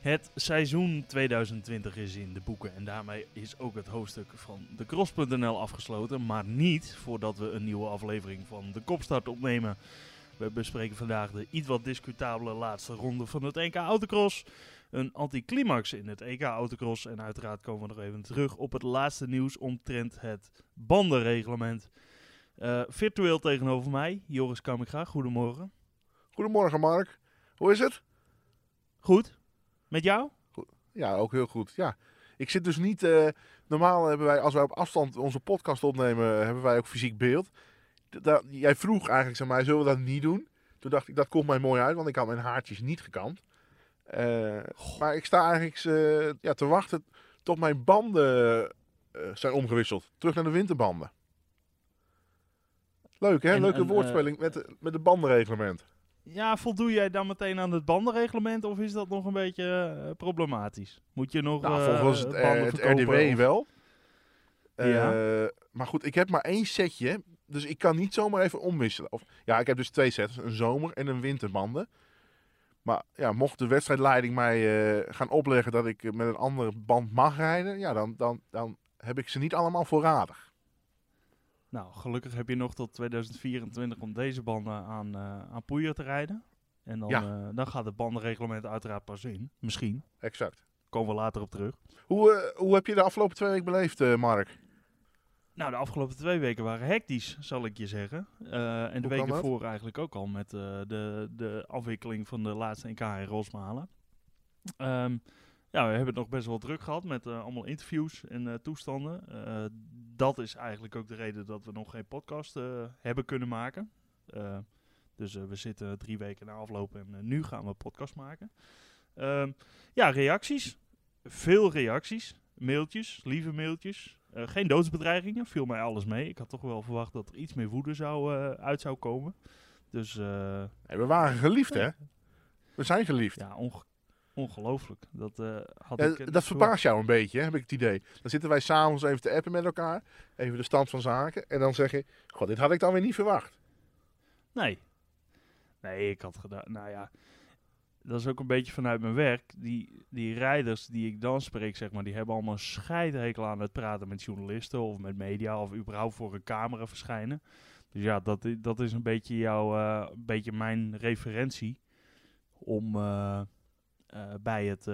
Het seizoen 2020 is in de boeken en daarmee is ook het hoofdstuk van TheCross.nl afgesloten. Maar niet voordat we een nieuwe aflevering van De Kopstart opnemen. We bespreken vandaag de iets wat discutabele laatste ronde van het EK Autocross. Een anticlimax in het EK Autocross en uiteraard komen we nog even terug op het laatste nieuws omtrent het bandenreglement. Virtueel tegenover mij, Joris Kamminga. Goedemorgen. Goedemorgen Mark, hoe is het? Goed. Met jou? Ja, ook heel goed. Ja. Ik zit dus niet... normaal hebben wij, als wij op afstand onze podcast opnemen, hebben wij ook fysiek beeld. Jij vroeg eigenlijk aan mij, zullen we dat niet doen? Toen dacht ik, dat komt mij mooi uit, want ik had mijn haartjes niet gekamd. Maar ik sta eigenlijk te wachten tot mijn banden zijn omgewisseld. Terug naar de winterbanden. Leuk hè? Leuke woordspeling met het bandenreglement. Ja, voldoe jij dan meteen aan het bandenreglement of is dat nog een beetje problematisch? Moet je nog volgens het RDW wel. Maar goed, ik heb maar 1 setje, dus ik kan niet zomaar even omwisselen. Ik heb dus 2 sets, een zomer- en een winterbanden. Maar ja, mocht de wedstrijdleiding mij gaan opleggen dat ik met een andere band mag rijden, ja, dan heb ik ze niet allemaal voorradig. Nou, gelukkig heb je nog tot 2024 om deze banden aan poeier te rijden. En dan gaat het bandenreglement uiteraard pas in. Misschien. Exact. Komen we later op terug. Hoe heb je de afgelopen 2 weken beleefd, Mark? Nou, de afgelopen 2 weken waren hectisch, zal ik je zeggen. En de weken voor eigenlijk ook al met de afwikkeling van de laatste NK in Rosmalen. We hebben het nog best wel druk gehad met allemaal interviews en toestanden. Dat is eigenlijk ook de reden dat we nog geen podcast hebben kunnen maken. Dus we zitten 3 weken na afloop en nu gaan we een podcast maken. Reacties. Veel reacties. Mailtjes, lieve mailtjes. Geen doodsbedreigingen, viel mij alles mee. Ik had toch wel verwacht dat er iets meer woede uit zou komen. Dus, we waren geliefd, hè? We zijn geliefd. Ja, ongelooflijk. Dat verbaast jou een beetje, heb ik het idee. Dan zitten wij s'avonds even te appen met elkaar. Even de stand van zaken. En dan zeg je, god, dit had ik dan weer niet verwacht. Nee, ik had gedaan. Nou ja, dat is ook een beetje vanuit mijn werk. Die rijders die ik dan spreek, zeg maar, die hebben allemaal een scheidhekel aan het praten met journalisten of met media of überhaupt voor een camera verschijnen. Dus ja, dat is een beetje een beetje mijn referentie om bij het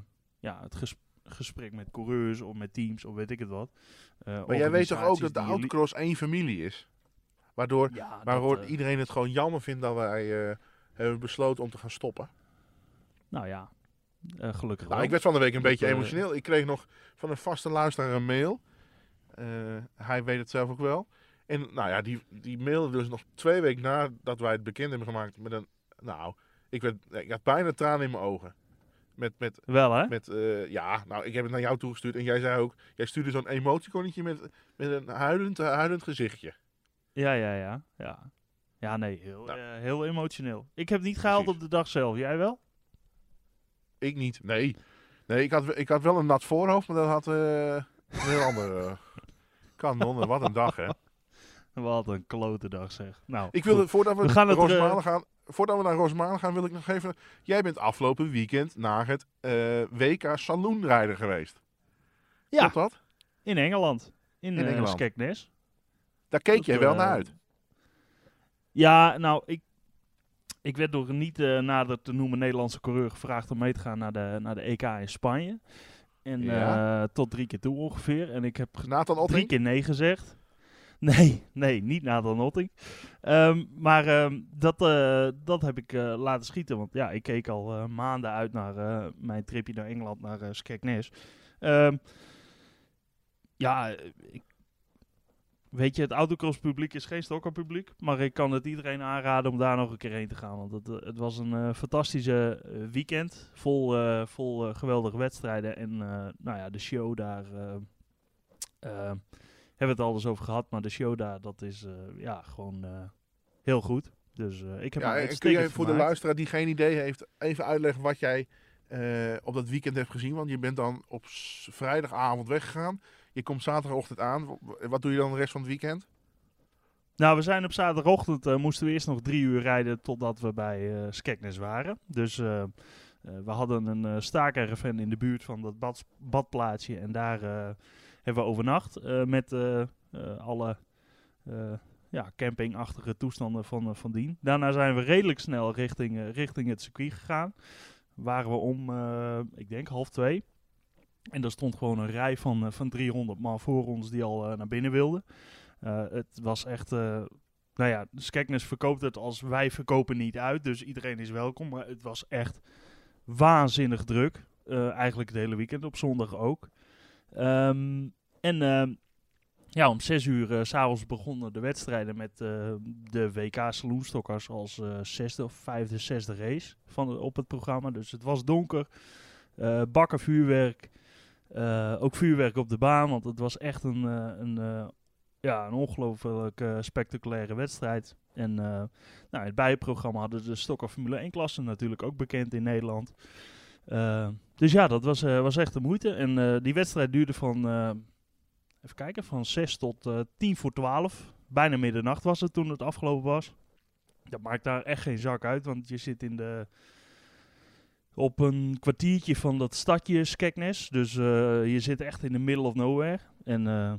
gesprek met coureurs of met teams of weet ik het wat. Maar jij weet toch ook dat de autocross 1 familie is? Waardoor iedereen het gewoon jammer vindt dat wij hebben besloten om te gaan stoppen. Nou ja, gelukkig wel. Ik werd van de week een beetje emotioneel. Ik kreeg nog van een vaste luisteraar een mail. Hij weet het zelf ook wel. En nou ja, die mailde dus nog 2 weken nadat wij het bekend hebben gemaakt met een... Nou, ik had bijna tranen in mijn ogen. Wel hè? Ik heb het naar jou toegestuurd. En jij zei ook, jij stuurde zo'n emoticonnetje met een huilend gezichtje. Ja. Ja, nee, heel emotioneel. Ik heb niet gehaald op de dag zelf. Jij wel? Ik niet, nee. Nee, ik had wel een nat voorhoofd, maar dat had een heel andere... Kanon, wat een dag, hè. Wat een klote dag, zeg. Nou, ik wilde, voordat we naar Rosmalen gaan, wil ik nog even... Jij bent afgelopen weekend naar het WK Saloonrijden geweest. Ja, klopt dat? In Engeland. In Engeland. Skegness. Daar keek jij wel naar uit. Ja, nou, ik werd door niet nader te noemen Nederlandse coureur gevraagd om mee te gaan naar de EK in Spanje. En tot 3 keer toe ongeveer. En ik heb 3 keer nee gezegd. Nee, niet Nathan Otting. Dat heb ik laten schieten. Want ja, ik keek al maanden uit naar mijn tripje naar Engeland, naar Skegness. Weet je, het autocross publiek is geen stokkerpubliek. Maar ik kan het iedereen aanraden om daar nog een keer heen te gaan. Want het was een fantastische weekend. Vol geweldige wedstrijden. En de show daar... hebben we het al eens over gehad. Maar de show daar, dat is gewoon heel goed. Dus ik heb en kun jij voor de luisteraar die geen idee heeft... even uitleggen wat jij op dat weekend hebt gezien? Want je bent dan op vrijdagavond weggegaan... Je komt zaterdagochtend aan. Wat doe je dan de rest van het weekend? Nou, we zijn op zaterdagochtend... moesten we eerst nog 3 uur rijden... totdat we bij Skegness waren. Dus We hadden een staakerven in de buurt van dat badplaatsje. En daar hebben we overnacht met alle campingachtige toestanden van dien. Daarna zijn we redelijk snel richting het circuit gegaan. Waren we om, ik denk 1:30. En daar stond gewoon een rij van 300 man voor ons die al naar binnen wilden. Het was echt... Skegness verkoopt het als wij verkopen niet uit. Dus iedereen is welkom. Maar het was echt waanzinnig druk. Eigenlijk het hele weekend. Op zondag ook. Om 6 uur 's avonds begonnen de wedstrijden met de WK Saloonstokkers als 6e of 5e, 6e race op het programma. Dus het was donker. Bakken vuurwerk. Ook vuurwerk op de baan. Want het was echt een ongelooflijk spectaculaire wedstrijd. En in het bijprogramma hadden de Stokker Formule 1 klassen natuurlijk ook bekend in Nederland. Dus ja, dat was echt de moeite. En die wedstrijd duurde van 6 tot 11:50. Bijna middernacht was het toen het afgelopen was. Dat maakt daar echt geen zak uit, want je zit op een kwartiertje van dat stadje Skegness. Dus je zit echt in the middle of nowhere. En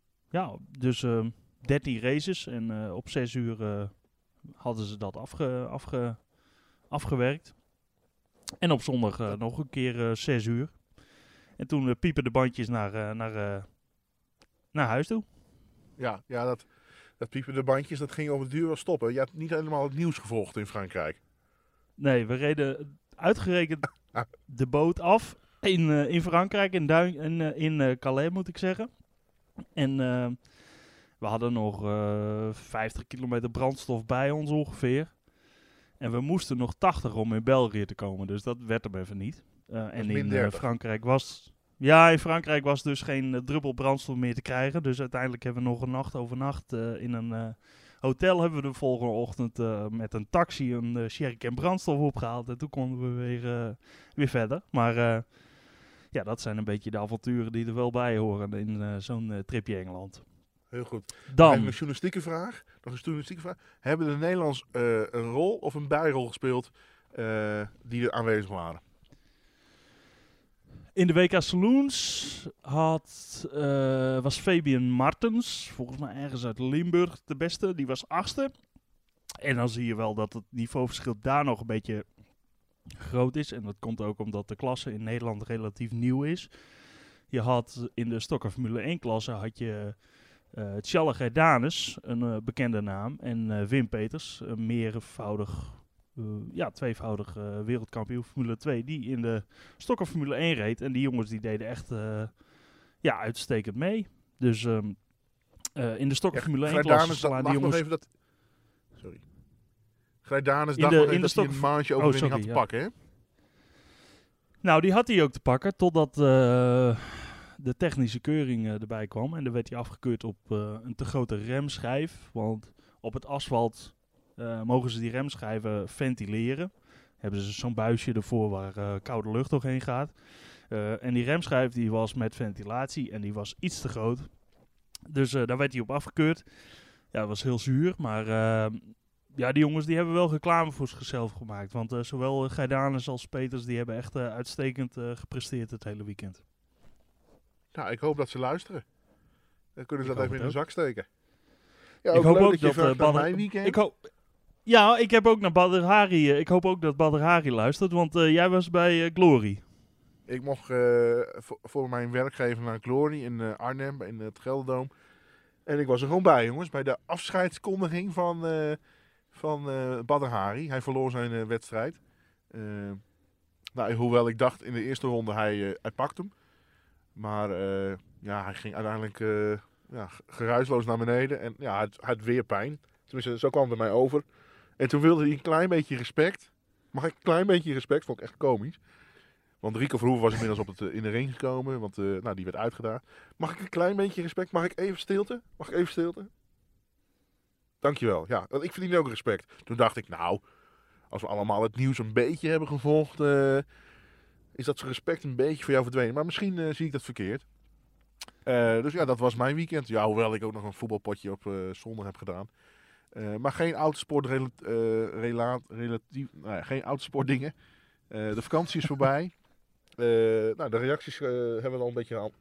13 races. En op 6 uur hadden ze dat afgewerkt. En op zondag nog een keer 6 uur. En toen piepen de bandjes naar huis toe. Ja, dat piepen de bandjes, dat ging op het duur wel stoppen. Je hebt niet helemaal het nieuws gevolgd in Frankrijk. Nee, we reden uitgerekend de boot af in Frankrijk, in Calais moet ik zeggen. En we hadden nog 50 kilometer brandstof bij ons ongeveer. En we moesten nog 80 om in België te komen, dus dat werd hem even niet. En in Frankrijk was... Ja, in Frankrijk was dus geen druppel brandstof meer te krijgen. Dus uiteindelijk hebben we nog een nacht overnacht in een hotel. Hebben we de volgende ochtend met een taxi een sherrycan brandstof opgehaald. En toen konden we weer verder. Maar dat zijn een beetje de avonturen die er wel bij horen in zo'n tripje Engeland. Heel goed. Dan nog een journalistieke vraag. Hebben de Nederlands een rol of een bijrol gespeeld die er aanwezig waren? In de WK Saloons was Fabian Martens, volgens mij ergens uit Limburg, de beste. Die was 8e. En dan zie je wel dat het niveauverschil daar nog een beetje groot is. En dat komt ook omdat de klasse in Nederland relatief nieuw is. Je had in de Stokker Formule 1 klasse had je Tjalle Gerdanus, een bekende naam. En Wim Peters, een tweevoudig wereldkampioen Formule 2, die in de Stokker Formule 1 reed. En die jongens die deden echt uitstekend mee. Dus in de Stokker Formule 1 klasse slaan die jongens... Grijdanus dacht nog even dat hij een maandje overwinning had te pakken, hè? Nou, die had hij ook te pakken, totdat de technische keuring erbij kwam. En dan werd hij afgekeurd op een te grote remschijf. Want op het asfalt mogen ze die remschijven ventileren. Hebben ze zo'n buisje ervoor waar koude lucht doorheen gaat. En die remschijf die was met ventilatie en die was iets te groot. Dus daar werd hij op afgekeurd. Ja, dat was heel zuur, maar... die jongens die hebben wel reclame voor zichzelf gemaakt. Want zowel Gijdanus als Peters die hebben echt uitstekend gepresteerd het hele weekend. Nou, ik hoop dat ze luisteren. Dan kunnen ze dat even in de zak steken. Ja, ik hoop ook dat mijn weekend. Ik heb ook naar Badr Hari. Ik hoop ook dat Badr Hari luistert, want jij was bij Glory. Ik mocht voor mijn werkgever naar Glory in Arnhem, in het Gelderdoom. En ik was er gewoon bij, jongens. Bij de afscheidskondiging van Badr Hari. Hij verloor zijn wedstrijd. Hoewel ik dacht in de eerste ronde hij pakt hem. Maar hij ging uiteindelijk geruisloos naar beneden. En ja, hij had weer pijn. Tenminste, zo kwam het bij mij over. En toen wilde hij een klein beetje respect. Mag ik een klein beetje respect? Vond ik echt komisch. Want Rico Verhoeven was inmiddels in de ring gekomen. Want die werd uitgedaagd. Mag ik een klein beetje respect? Mag ik even stilte? Dankjewel. Ja, want ik verdien ook respect. Toen dacht ik, als we allemaal het nieuws een beetje hebben gevolgd... is dat respect een beetje voor jou verdwenen. Maar misschien zie ik dat verkeerd. Dus ja, dat was mijn weekend. Ja, hoewel ik ook nog een voetbalpotje op zondag heb gedaan. Maar geen autosport relatief... geen autosportdingen. De vakantie is voorbij. Nou, de reacties hebben we al een beetje aan.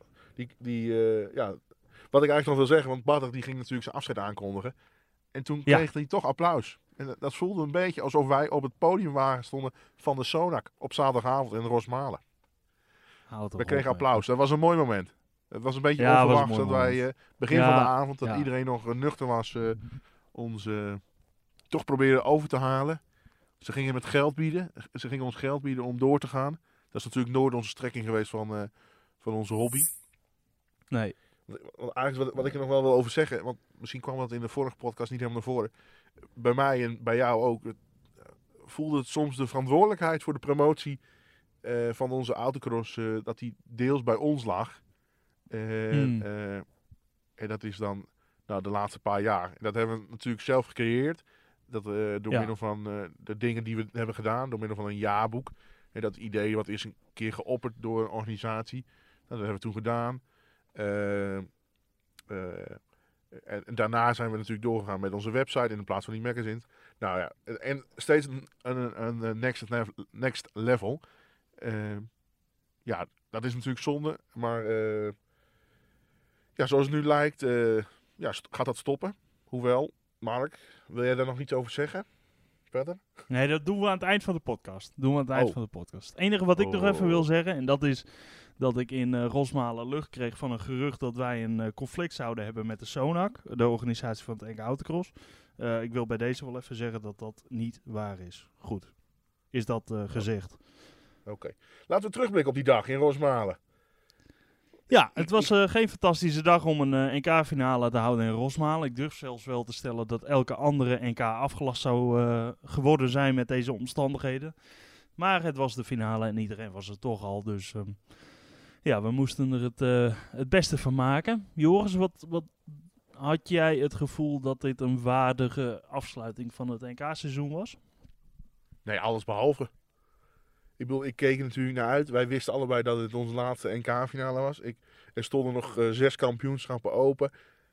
Wat ik eigenlijk nog wil zeggen, want Badr die ging natuurlijk zijn afscheid aankondigen. En toen kreeg hij toch applaus. En dat voelde een beetje alsof wij op het podium stonden van de Sonac op zaterdagavond in Rosmalen. We kregen applaus. Dat was een mooi moment. Het was een beetje onverwacht dat wij begin van de avond, dat iedereen nog nuchter was, ons toch probeerden over te halen. Ze gingen met geld bieden. Ze gingen ons geld bieden om door te gaan. Dat is natuurlijk nooit onze strekking geweest van onze hobby. Nee. Want eigenlijk wat ik er nog wel wil over zeggen, want misschien kwam dat in de vorige podcast niet helemaal naar voren. Bij mij en bij jou ook. Voelde het soms de verantwoordelijkheid voor de promotie van onze autocross, dat die deels bij ons lag. En dat is dan de laatste paar jaar. En dat hebben we natuurlijk zelf gecreëerd. Dat door middel van de dingen die we hebben gedaan, door middel van een jaarboek. En dat idee wat is een keer geopperd door een organisatie. Dat hebben we toen gedaan. En daarna zijn we natuurlijk doorgegaan met onze website in plaats van die magazines. Nou ja, en steeds een next level. Dat is natuurlijk zonde. Maar zoals het nu lijkt, gaat dat stoppen. Hoewel, Mark, wil jij daar nog iets over zeggen? Verder? Nee, dat doen we aan het eind van de podcast. Het enige wat ik nog even wil zeggen, en dat is dat ik in Rosmalen lucht kreeg van een gerucht dat wij een conflict zouden hebben met de Sonac, de organisatie van het NK Autocross. Ik wil bij deze wel even zeggen dat dat niet waar is. Goed, is dat gezegd. Oké. Laten we terugblikken op die dag in Rosmalen. Ja, het was geen fantastische dag om een NK-finale te houden in Rosmalen. Ik durf zelfs wel te stellen dat elke andere NK afgelast zou geworden zijn met deze omstandigheden. Maar het was de finale en iedereen was er toch al. Dus we moesten er het beste van maken. Joris, wat had jij het gevoel dat dit een waardige afsluiting van het NK-seizoen was? Nee, alles behalve. Ik bedoel, ik keek er natuurlijk naar uit. Wij wisten allebei dat het onze laatste NK-finale was. Er stonden nog 6 kampioenschappen open.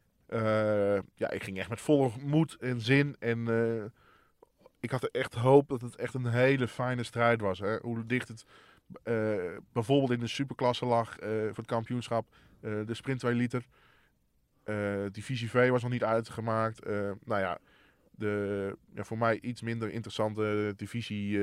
Ik ging echt met volle moed en zin. En ik had er echt hoop dat het echt een hele fijne strijd was. Hè? Hoe dicht het bijvoorbeeld in de superklasse lag voor het kampioenschap. De sprint 2 liter. Divisie V was nog niet uitgemaakt. De voor mij iets minder interessante divisie,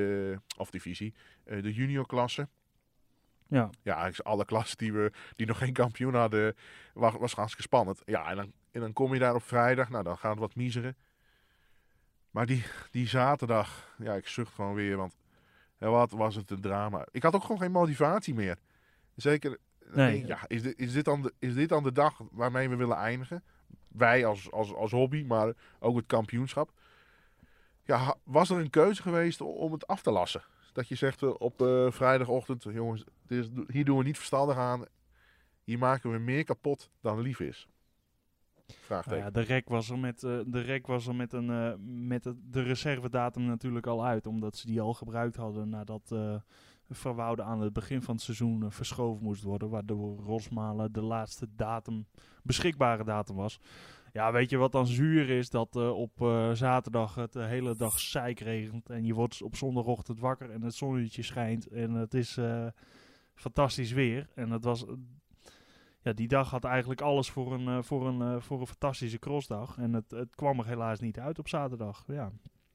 de juniorklasse. Ja, eigenlijk alle klassen die nog geen kampioen hadden, was hartstikke spannend. Ja, en dan kom je daar op vrijdag, dan gaat het wat miseren. Maar die zaterdag, ik zucht gewoon weer, want wat was het een drama. Ik had ook gewoon geen motivatie meer. Zeker, nee. Is dit dan de dag waarmee we willen eindigen? Wij als hobby, maar ook het kampioenschap. Ja, was er een keuze geweest om het af te lassen? Dat je zegt op vrijdagochtend, jongens, hier doen we niet verstandig aan. Hier maken we meer kapot dan lief is. Vraagteken. De rek was er met de reservedatum natuurlijk al uit. Omdat ze die al gebruikt hadden nadat Verwoude aan het begin van het seizoen verschoven moest worden. Waardoor Rosmalen de laatste beschikbare datum was. Ja, weet je wat dan zuur is? Dat op zaterdag het de hele dag zeikregent. En je wordt op zondagochtend wakker en het zonnetje schijnt. En het is fantastisch weer. En het was... die dag had eigenlijk alles voor een fantastische crossdag. En het kwam er helaas niet uit op zaterdag. Ja.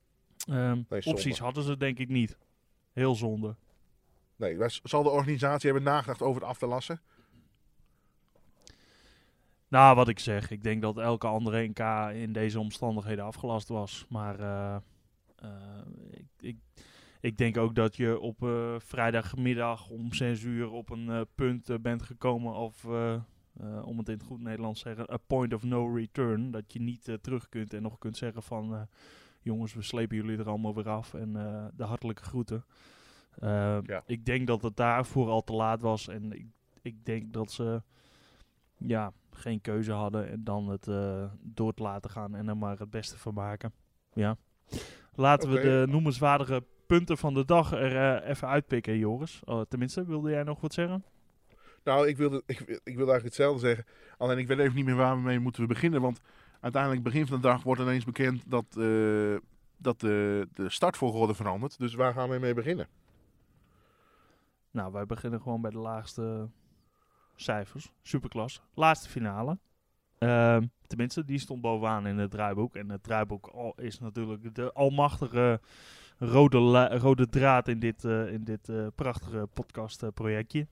Opties hadden ze denk ik niet. Heel zonde. Nee, zal de organisatie hebben nagedacht over het af te lassen? Nou, wat ik zeg. Ik denk dat elke andere NK in deze omstandigheden afgelast was. Maar ik denk ook dat je op vrijdagmiddag om 6 uur op een punt bent gekomen of... om het in het goed Nederlands te zeggen, a point of no return. Dat je niet terug kunt en nog kunt zeggen van... jongens, we slepen jullie er allemaal weer af. En de hartelijke groeten. Ik denk dat het daarvoor al te laat was. En ik denk dat ze geen keuze hadden. En dan het door te laten gaan en er maar het beste van maken. Ja. Laten we de noemenswaardige punten van de dag er even uitpikken, Joris. Tenminste, wilde jij nog wat zeggen? Nou, ik wilde eigenlijk hetzelfde zeggen. Alleen ik weet even niet meer waar we mee moeten beginnen. Want uiteindelijk begin van de dag wordt ineens bekend dat de startvolgorde verandert. Dus waar gaan we mee beginnen? Nou, wij beginnen gewoon bij de laagste cijfers. Superklasse. Laatste finale. Tenminste, die stond bovenaan in het draaiboek. En het draaiboek is natuurlijk de almachtige rode draad in dit prachtige podcastprojectje.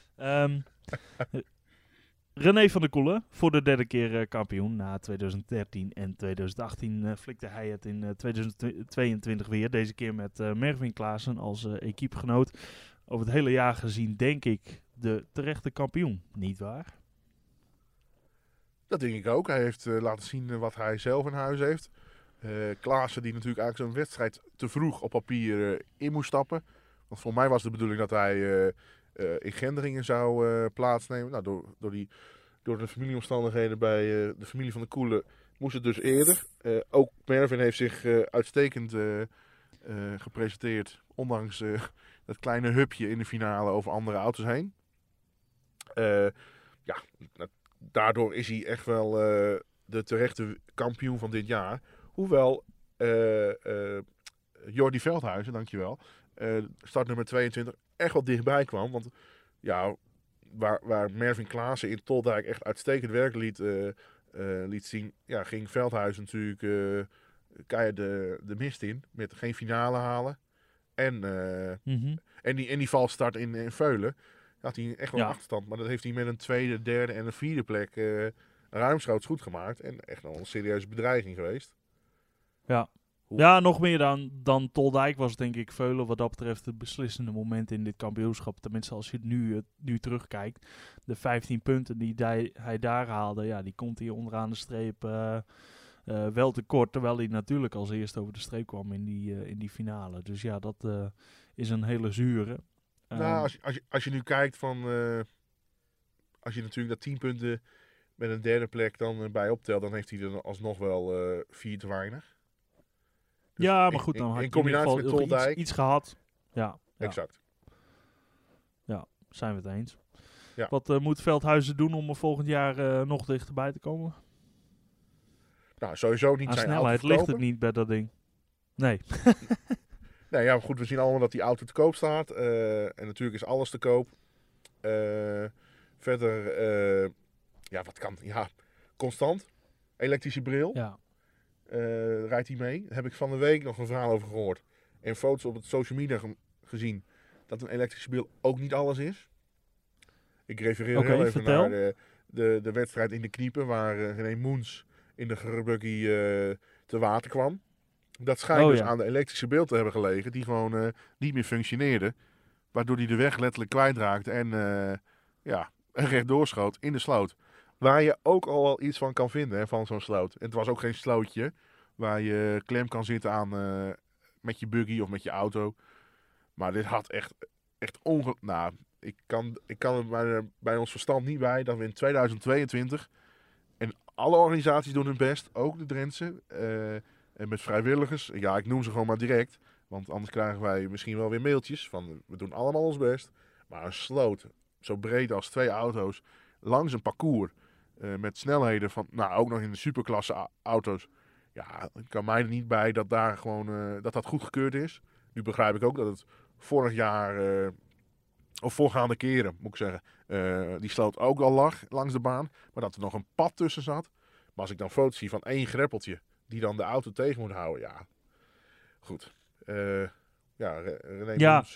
René van der Koelen, voor de derde keer kampioen. Na 2013 en 2018 flikte hij het in 2022 weer. Deze keer met Mervin Klaassen als equipegenoot. Over het hele jaar gezien denk ik de terechte kampioen, niet waar? Dat denk ik ook. Hij heeft laten zien wat hij zelf in huis heeft. Klaassen die natuurlijk eigenlijk zo'n wedstrijd te vroeg op papier in moest stappen. Want voor mij was de bedoeling dat hij in Gendringen zou plaatsnemen. Nou, door de familieomstandigheden bij de familie van de Koelen moest het dus eerder. Ook Mervin heeft zich uitstekend gepresenteerd. Ondanks dat kleine hupje in de finale over andere auto's heen. Daardoor is hij echt wel de terechte kampioen van dit jaar. Hoewel Jordi Veldhuizen, dankjewel, startnummer 22, echt wel dichtbij kwam. Want ja, waar Mervin Klaassen in Toldijk echt uitstekend werk liet zien, ja, ging Veldhuizen natuurlijk keihard de mist in. Met geen finale halen. En die valstart in Veulen had hij echt wel een achterstand. Maar dat heeft hij met een tweede, derde en een vierde plek ruimschoots goed gemaakt. En echt nog een serieuze bedreiging geweest. Ja. Ja, nog meer dan Toldijk was denk ik Veulen wat dat betreft het beslissende moment in dit kampioenschap. Tenminste als je het nu terugkijkt. De 15 punten die hij daar haalde, ja, die komt hier onderaan de streep wel tekort. Terwijl hij natuurlijk als eerste over de streep kwam in die finale. Dus ja, dat is een hele zure. Nou, als je nu kijkt van... als je natuurlijk dat 10 punten met een derde plek dan bij optelt, dan heeft hij er alsnog wel 4 te weinig. Dus ja, maar goed, dan had je in combinatie met Toldijk iets gehad. Ja, exact. Ja, zijn we het eens. Ja. Wat moet Veldhuizen doen om er volgend jaar nog dichterbij te komen? Nou, sowieso niet aan zijn snelheid auto ligt het niet bij dat ding. Nee. Nee, ja, goed, we zien allemaal dat die auto te koop staat. En natuurlijk is alles te koop. Verder, wat kan? Ja, constant. Elektrische bril. Ja. Rijdt hij mee. Daar heb ik van de week nog een verhaal over gehoord. En foto's op het social media gezien. Dat een elektrische bril ook niet alles is. Ik refereer heel even naar de wedstrijd in de Kniepen. Waar René Moens in de gerbuggy te water kwam. Dat schijnt aan de elektrische bril te hebben gelegen. Die gewoon niet meer functioneerde. Waardoor hij de weg letterlijk kwijtraakte. En rechtdoor schoot in de sloot. Waar je ook al wel iets van kan vinden, hè, van zo'n sloot. En het was ook geen slootje waar je klem kan zitten aan met je buggy of met je auto. Maar dit had echt Nou, ik kan er bij ons verstand niet bij dat we in 2022... En alle organisaties doen hun best, ook de Drentse. En met vrijwilligers. Ja, ik noem ze gewoon maar direct. Want anders krijgen wij misschien wel weer mailtjes van we doen allemaal ons best. Maar een sloot, zo breed als 2 auto's, langs een parcours. Met snelheden van, nou ook nog in de superklasse auto's. Ja, ik kan mij er niet bij dat daar gewoon, dat goedgekeurd is. Nu begrijp ik ook dat het vorig jaar, of voorgaande keren moet ik zeggen, die sloot ook al lag langs de baan. Maar dat er nog een pad tussen zat. Maar als ik dan foto's zie van 1 greppeltje die dan de auto tegen moet houden, ja, goed. René Moens,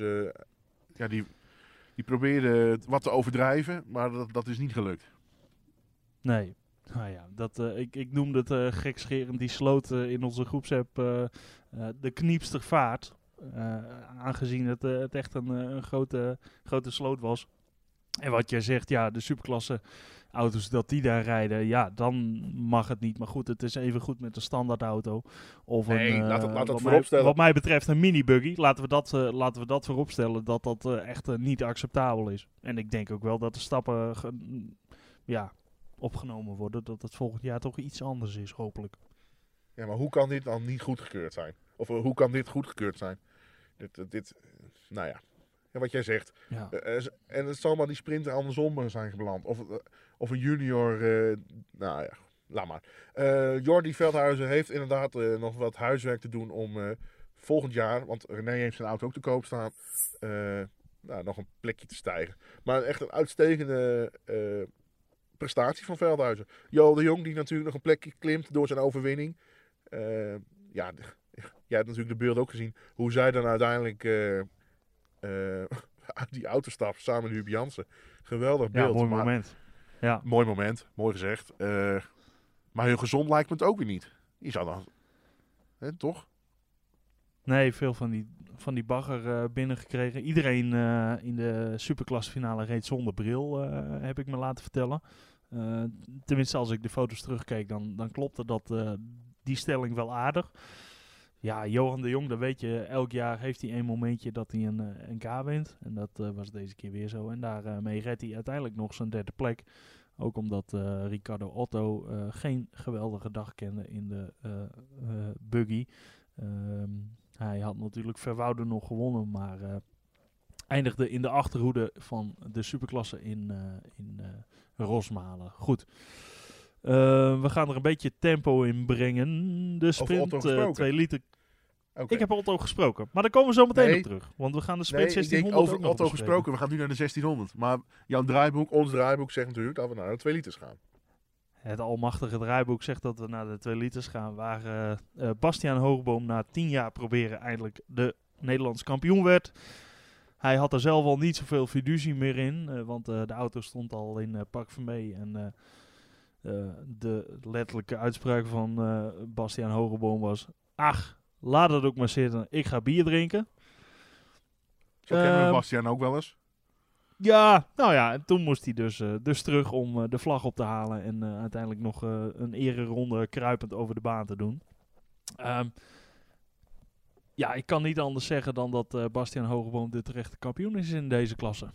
die probeerde wat te overdrijven, maar dat is niet gelukt. Nee. Nou ja, ik noemde het gekscherend die sloot in onze groepsapp de Kniepstervaart. Aangezien het echt een grote sloot was. En wat jij zegt, ja, de superklasse auto's dat die daar rijden, ja, dan mag het niet. Maar goed, het is even goed met een standaardauto. Of laat dat vooropstellen. Wat mij betreft een mini-buggy. Laten we dat vooropstellen dat echt niet acceptabel is. En ik denk ook wel dat de stappen opgenomen worden. Dat het volgend jaar toch iets anders is, hopelijk. Ja, maar hoe kan dit dan niet goedgekeurd zijn? Of hoe kan dit goedgekeurd zijn? Nou ja. Ja, wat jij zegt. Ja. En het zal maar die sprinter andersom zijn beland. Of een junior. Nou ja, laat maar. Jordi Veldhuizen heeft inderdaad nog wat huiswerk te doen om volgend jaar, want René heeft zijn auto ook te koop staan, nog een plekje te stijgen. Maar echt een uitstekende prestatie van Veldhuizen. Jo de Jong die natuurlijk nog een plekje klimt door zijn overwinning. Jij hebt natuurlijk de beelden ook gezien. Hoe zij dan uiteindelijk uit die auto stapt samen met Huub Jansen. Geweldig beeld. Ja, mooi moment. Ja. Mooi moment, mooi gezegd. Maar heel gezond lijkt me het ook weer niet. Je zou dan... toch? Nee, veel van die bagger binnengekregen. Iedereen in de superklasfinale reed zonder bril, heb ik me laten vertellen. Tenminste, als ik de foto's terugkeek, dan klopte dat die stelling wel aardig. Ja, Johan de Jong, dan weet je, elk jaar heeft hij een momentje dat hij een NK wint. En dat was deze keer weer zo. En daarmee redt hij uiteindelijk nog zijn derde plek. Ook omdat Ricardo Otto geen geweldige dag kende in de buggy. Hij had natuurlijk Verwoude nog gewonnen, maar eindigde in de achterhoede van de superklasse in Rosmalen. Goed. We gaan er een beetje tempo in brengen. De sprint 2 liter. Okay. Ik heb Otto gesproken, maar daar komen we zo meteen op terug. Want we gaan de sprint 1600 over Otto gesproken. We gaan nu naar de 1600. Maar jouw draaiboek, ons draaiboek, zegt natuurlijk dat we naar de 2 liters gaan. Het almachtige draaiboek zegt dat we naar de 2 liters gaan. Waar Bastiaan Hoogboom na 10 jaar proberen eindelijk de Nederlands kampioen werd. Hij had er zelf al niet zoveel fiducie meer in. Want de auto stond al in Parc Vermee. En de letterlijke uitspraak van Bastiaan Hoogboom was... Ach, laat het ook maar zitten. Ik ga bier drinken. Zo kennen we Bastiaan ook wel eens. Ja, nou ja, en toen moest hij dus terug om de vlag op te halen en uiteindelijk nog een ereronde kruipend over de baan te doen. Ja, ik kan niet anders zeggen dan dat Bastiaan Hoogboom de terechte kampioen is in deze klasse.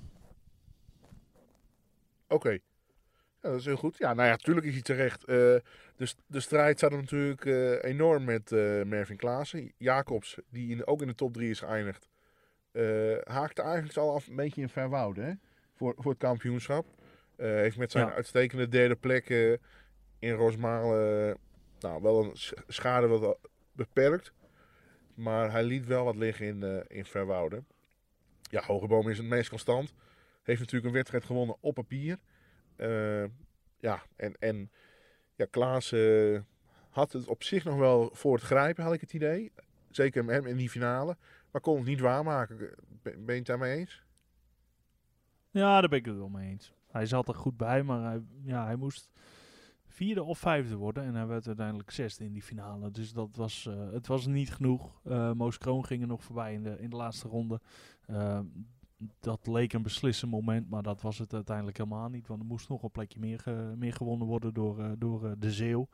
Oké. Ja, dat is heel goed. Ja, nou ja, natuurlijk is hij terecht. De strijd staat er natuurlijk enorm met Mervin Klaassen. Jacobs, die ook in de top 3 is geëindigd. Haakte eigenlijk al af een beetje in Verwoude, hè? Voor het kampioenschap. Heeft met zijn uitstekende derde plek in Rosmalen wel een schade wat beperkt. Maar hij liet wel wat liggen in Verwoude. Ja, Hogeboom is het meest constant. Heeft natuurlijk een wedstrijd gewonnen op papier. Klaassen had het op zich nog wel voor het grijpen, had ik het idee. Zeker met hem in die finale. Maar kon het niet waarmaken. Ben je het daarmee eens? Ja, daar ben ik het wel mee eens. Hij zat er goed bij, maar hij moest 4e of 5e worden. En hij werd uiteindelijk 6e in die finale. Dus het was niet genoeg. Moos Kroon ging er nog voorbij in de laatste ronde. Dat leek een beslissend moment, maar dat was het uiteindelijk helemaal niet. Want er moest nog een plekje meer gewonnen worden door de Zeeuw.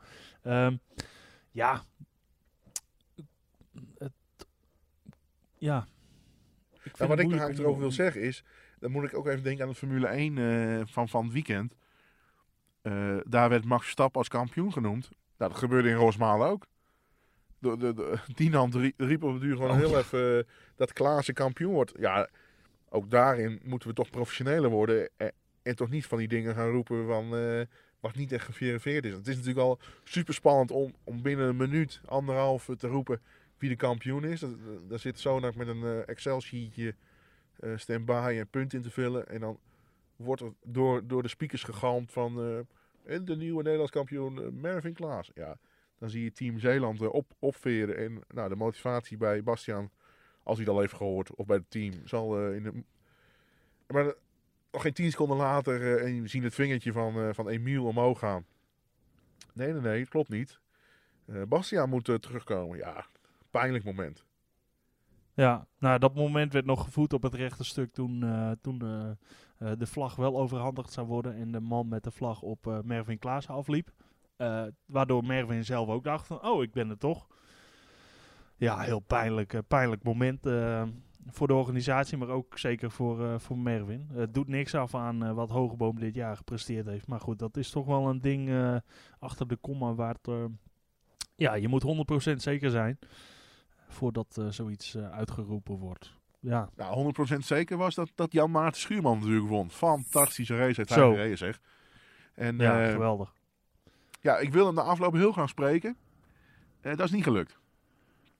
Wat ik nog erover wil zeggen is... Dan moet ik ook even denken aan de Formule 1 van het weekend. Daar werd Max Verstappen als kampioen genoemd. Nou, dat gebeurde in Rosmalen ook. Dinant riep op het duur gewoon heel even dat Klaassen kampioen wordt. Ja, ook daarin moeten we toch professioneler worden. En toch niet van die dingen gaan roepen van wat niet echt geverifieerd is. Het is natuurlijk al super spannend om binnen een minuut, anderhalf te roepen wie de kampioen is. Daar zit Sonak met een Excel-sheetje stand-by en punt in te vullen. En dan wordt er door de speakers gegalmd van en de nieuwe Nederlands kampioen Mervin Klaassen. Ja, dan zie je Team Zeeland opveren. En de motivatie bij Bastiaan, als hij het al heeft gehoord, of bij het team, zal maar nog geen 10 seconden later en we zien het vingertje van Emiel omhoog gaan. Nee, het klopt niet. Bastiaan moet terugkomen. Ja, pijnlijk moment. Ja, nou dat moment werd nog gevoed op het rechte stuk toen de vlag wel overhandigd zou worden en de man met de vlag op Mervin Klaassen afliep. Waardoor Mervin zelf ook dacht van, oh, ik ben er toch. Ja, heel pijnlijk moment voor de organisatie, maar ook zeker voor Mervin. Het doet niks af aan wat Hogeboom dit jaar gepresteerd heeft. Maar goed, dat is toch wel een ding achter de komma waar het... je moet 100% zeker zijn voordat zoiets uitgeroepen wordt. Ja. Nou, 100% zeker was dat Jan Maarten Schuurman natuurlijk won. Fantastische race heeft hij gereden, zeg. En, geweldig. Ja, ik wil hem na afloop heel graag spreken. Dat is niet gelukt.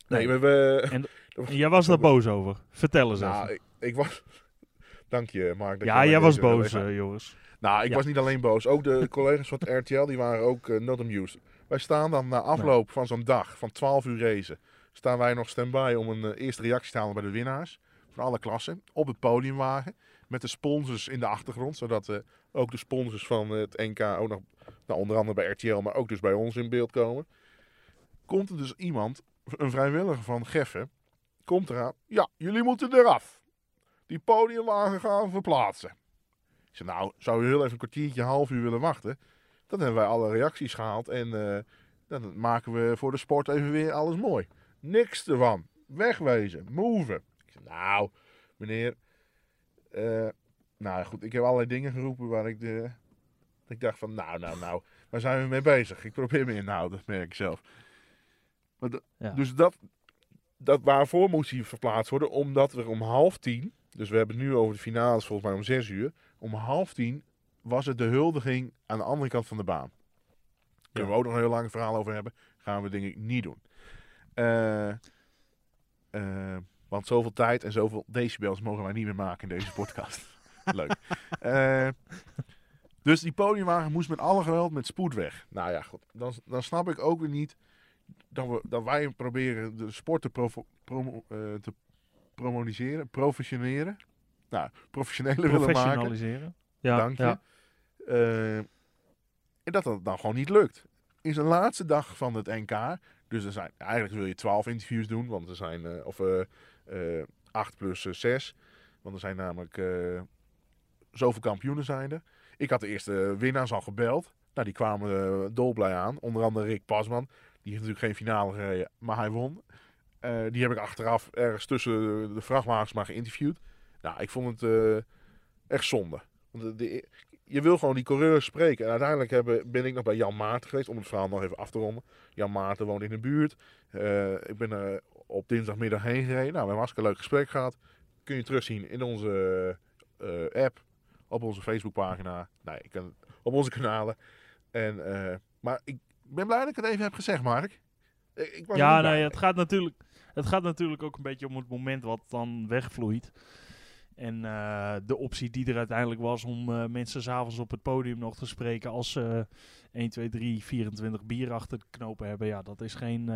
Nee, Nee. we... En jij was daar boos over. Vertel eens even. Nou, ik was... Dank je, Mark. dat Ja, je jij mij was deze boos, even- Joris. Nou, ik Ja. was niet alleen boos. Ook de collega's van het RTL, die waren ook not amused. Wij staan dan na afloop van zo'n dag, van 12 uur racen, staan wij nog stand-by om een eerste reactie te halen bij de winnaars. Van alle klassen. Op het podiumwagen. Met de sponsors in de achtergrond. Zodat ook de sponsors van het NK ook nog, nou, onder andere bij RTL, maar ook dus bij ons in beeld komen. Komt er dus iemand, een vrijwilliger van Geffen, komt eraan. Ja, jullie moeten eraf. Die podiumwagen gaan we verplaatsen. Ik zei, nou, zou je heel even een kwartiertje, half uur willen wachten? Dan hebben wij alle reacties gehaald en dan maken we voor de sport even weer alles mooi. Niks ervan. Wegwezen. Move. Ik zei, nou, meneer. Nou goed, ik heb allerlei dingen geroepen waar ik dacht van, nou, waar zijn we mee bezig? Ik probeer me in te houden, dat merk ik zelf. Maar Ja. Dus dat waarvoor moest hij verplaatst worden, omdat we om 9:30, dus we hebben het nu over de finales volgens mij om 6 uur, om 9:30 was het de huldiging aan de andere kant van de baan. Kunnen we ook nog een heel lang verhaal over hebben. Gaan we denk ik niet doen. Want zoveel tijd en zoveel decibels mogen wij niet meer maken in deze podcast. Leuk. Dus die podiumwagen moest met alle geweld met spoed weg. Nou ja, goed. Dan snap ik ook weer niet dat wij proberen de sport te professioneren. Nou, professioneler willen maken. Professionaliseren. Ja, Dank je. ja. En dat dan gewoon niet lukt. In zijn laatste dag van het NK, dus eigenlijk wil je 12 interviews doen, want er zijn 8 plus 6. Want er zijn namelijk zoveel kampioenen zijn er. Ik had de eerste winnaars al gebeld. Nou, die kwamen dolblij aan. Onder andere Rick Pasman. Die heeft natuurlijk geen finale gereden, maar hij won. Die heb ik achteraf ergens tussen de vrachtwagens maar geïnterviewd. Nou, ik vond het echt zonde. Want je wil gewoon die coureurs spreken. En uiteindelijk ben ik nog bij Jan Maarten geweest, om het verhaal nog even af te ronden. Jan Maarten woont in de buurt. Ik ben er op dinsdagmiddag heen gereden. Nou, we hebben een hartstikke leuk gesprek gehad. Kun je terugzien in onze app, op onze Facebookpagina, op onze kanalen. Maar ik ben blij dat ik het even heb gezegd, Mark. Ik was er niet blij mee. Het gaat natuurlijk ook een beetje om het moment wat dan wegvloeit. En de optie die er uiteindelijk was om mensen 's avonds op het podium nog te spreken als ze 1, 2, 3, 24 bier achter de knopen hebben. Ja, dat is geen...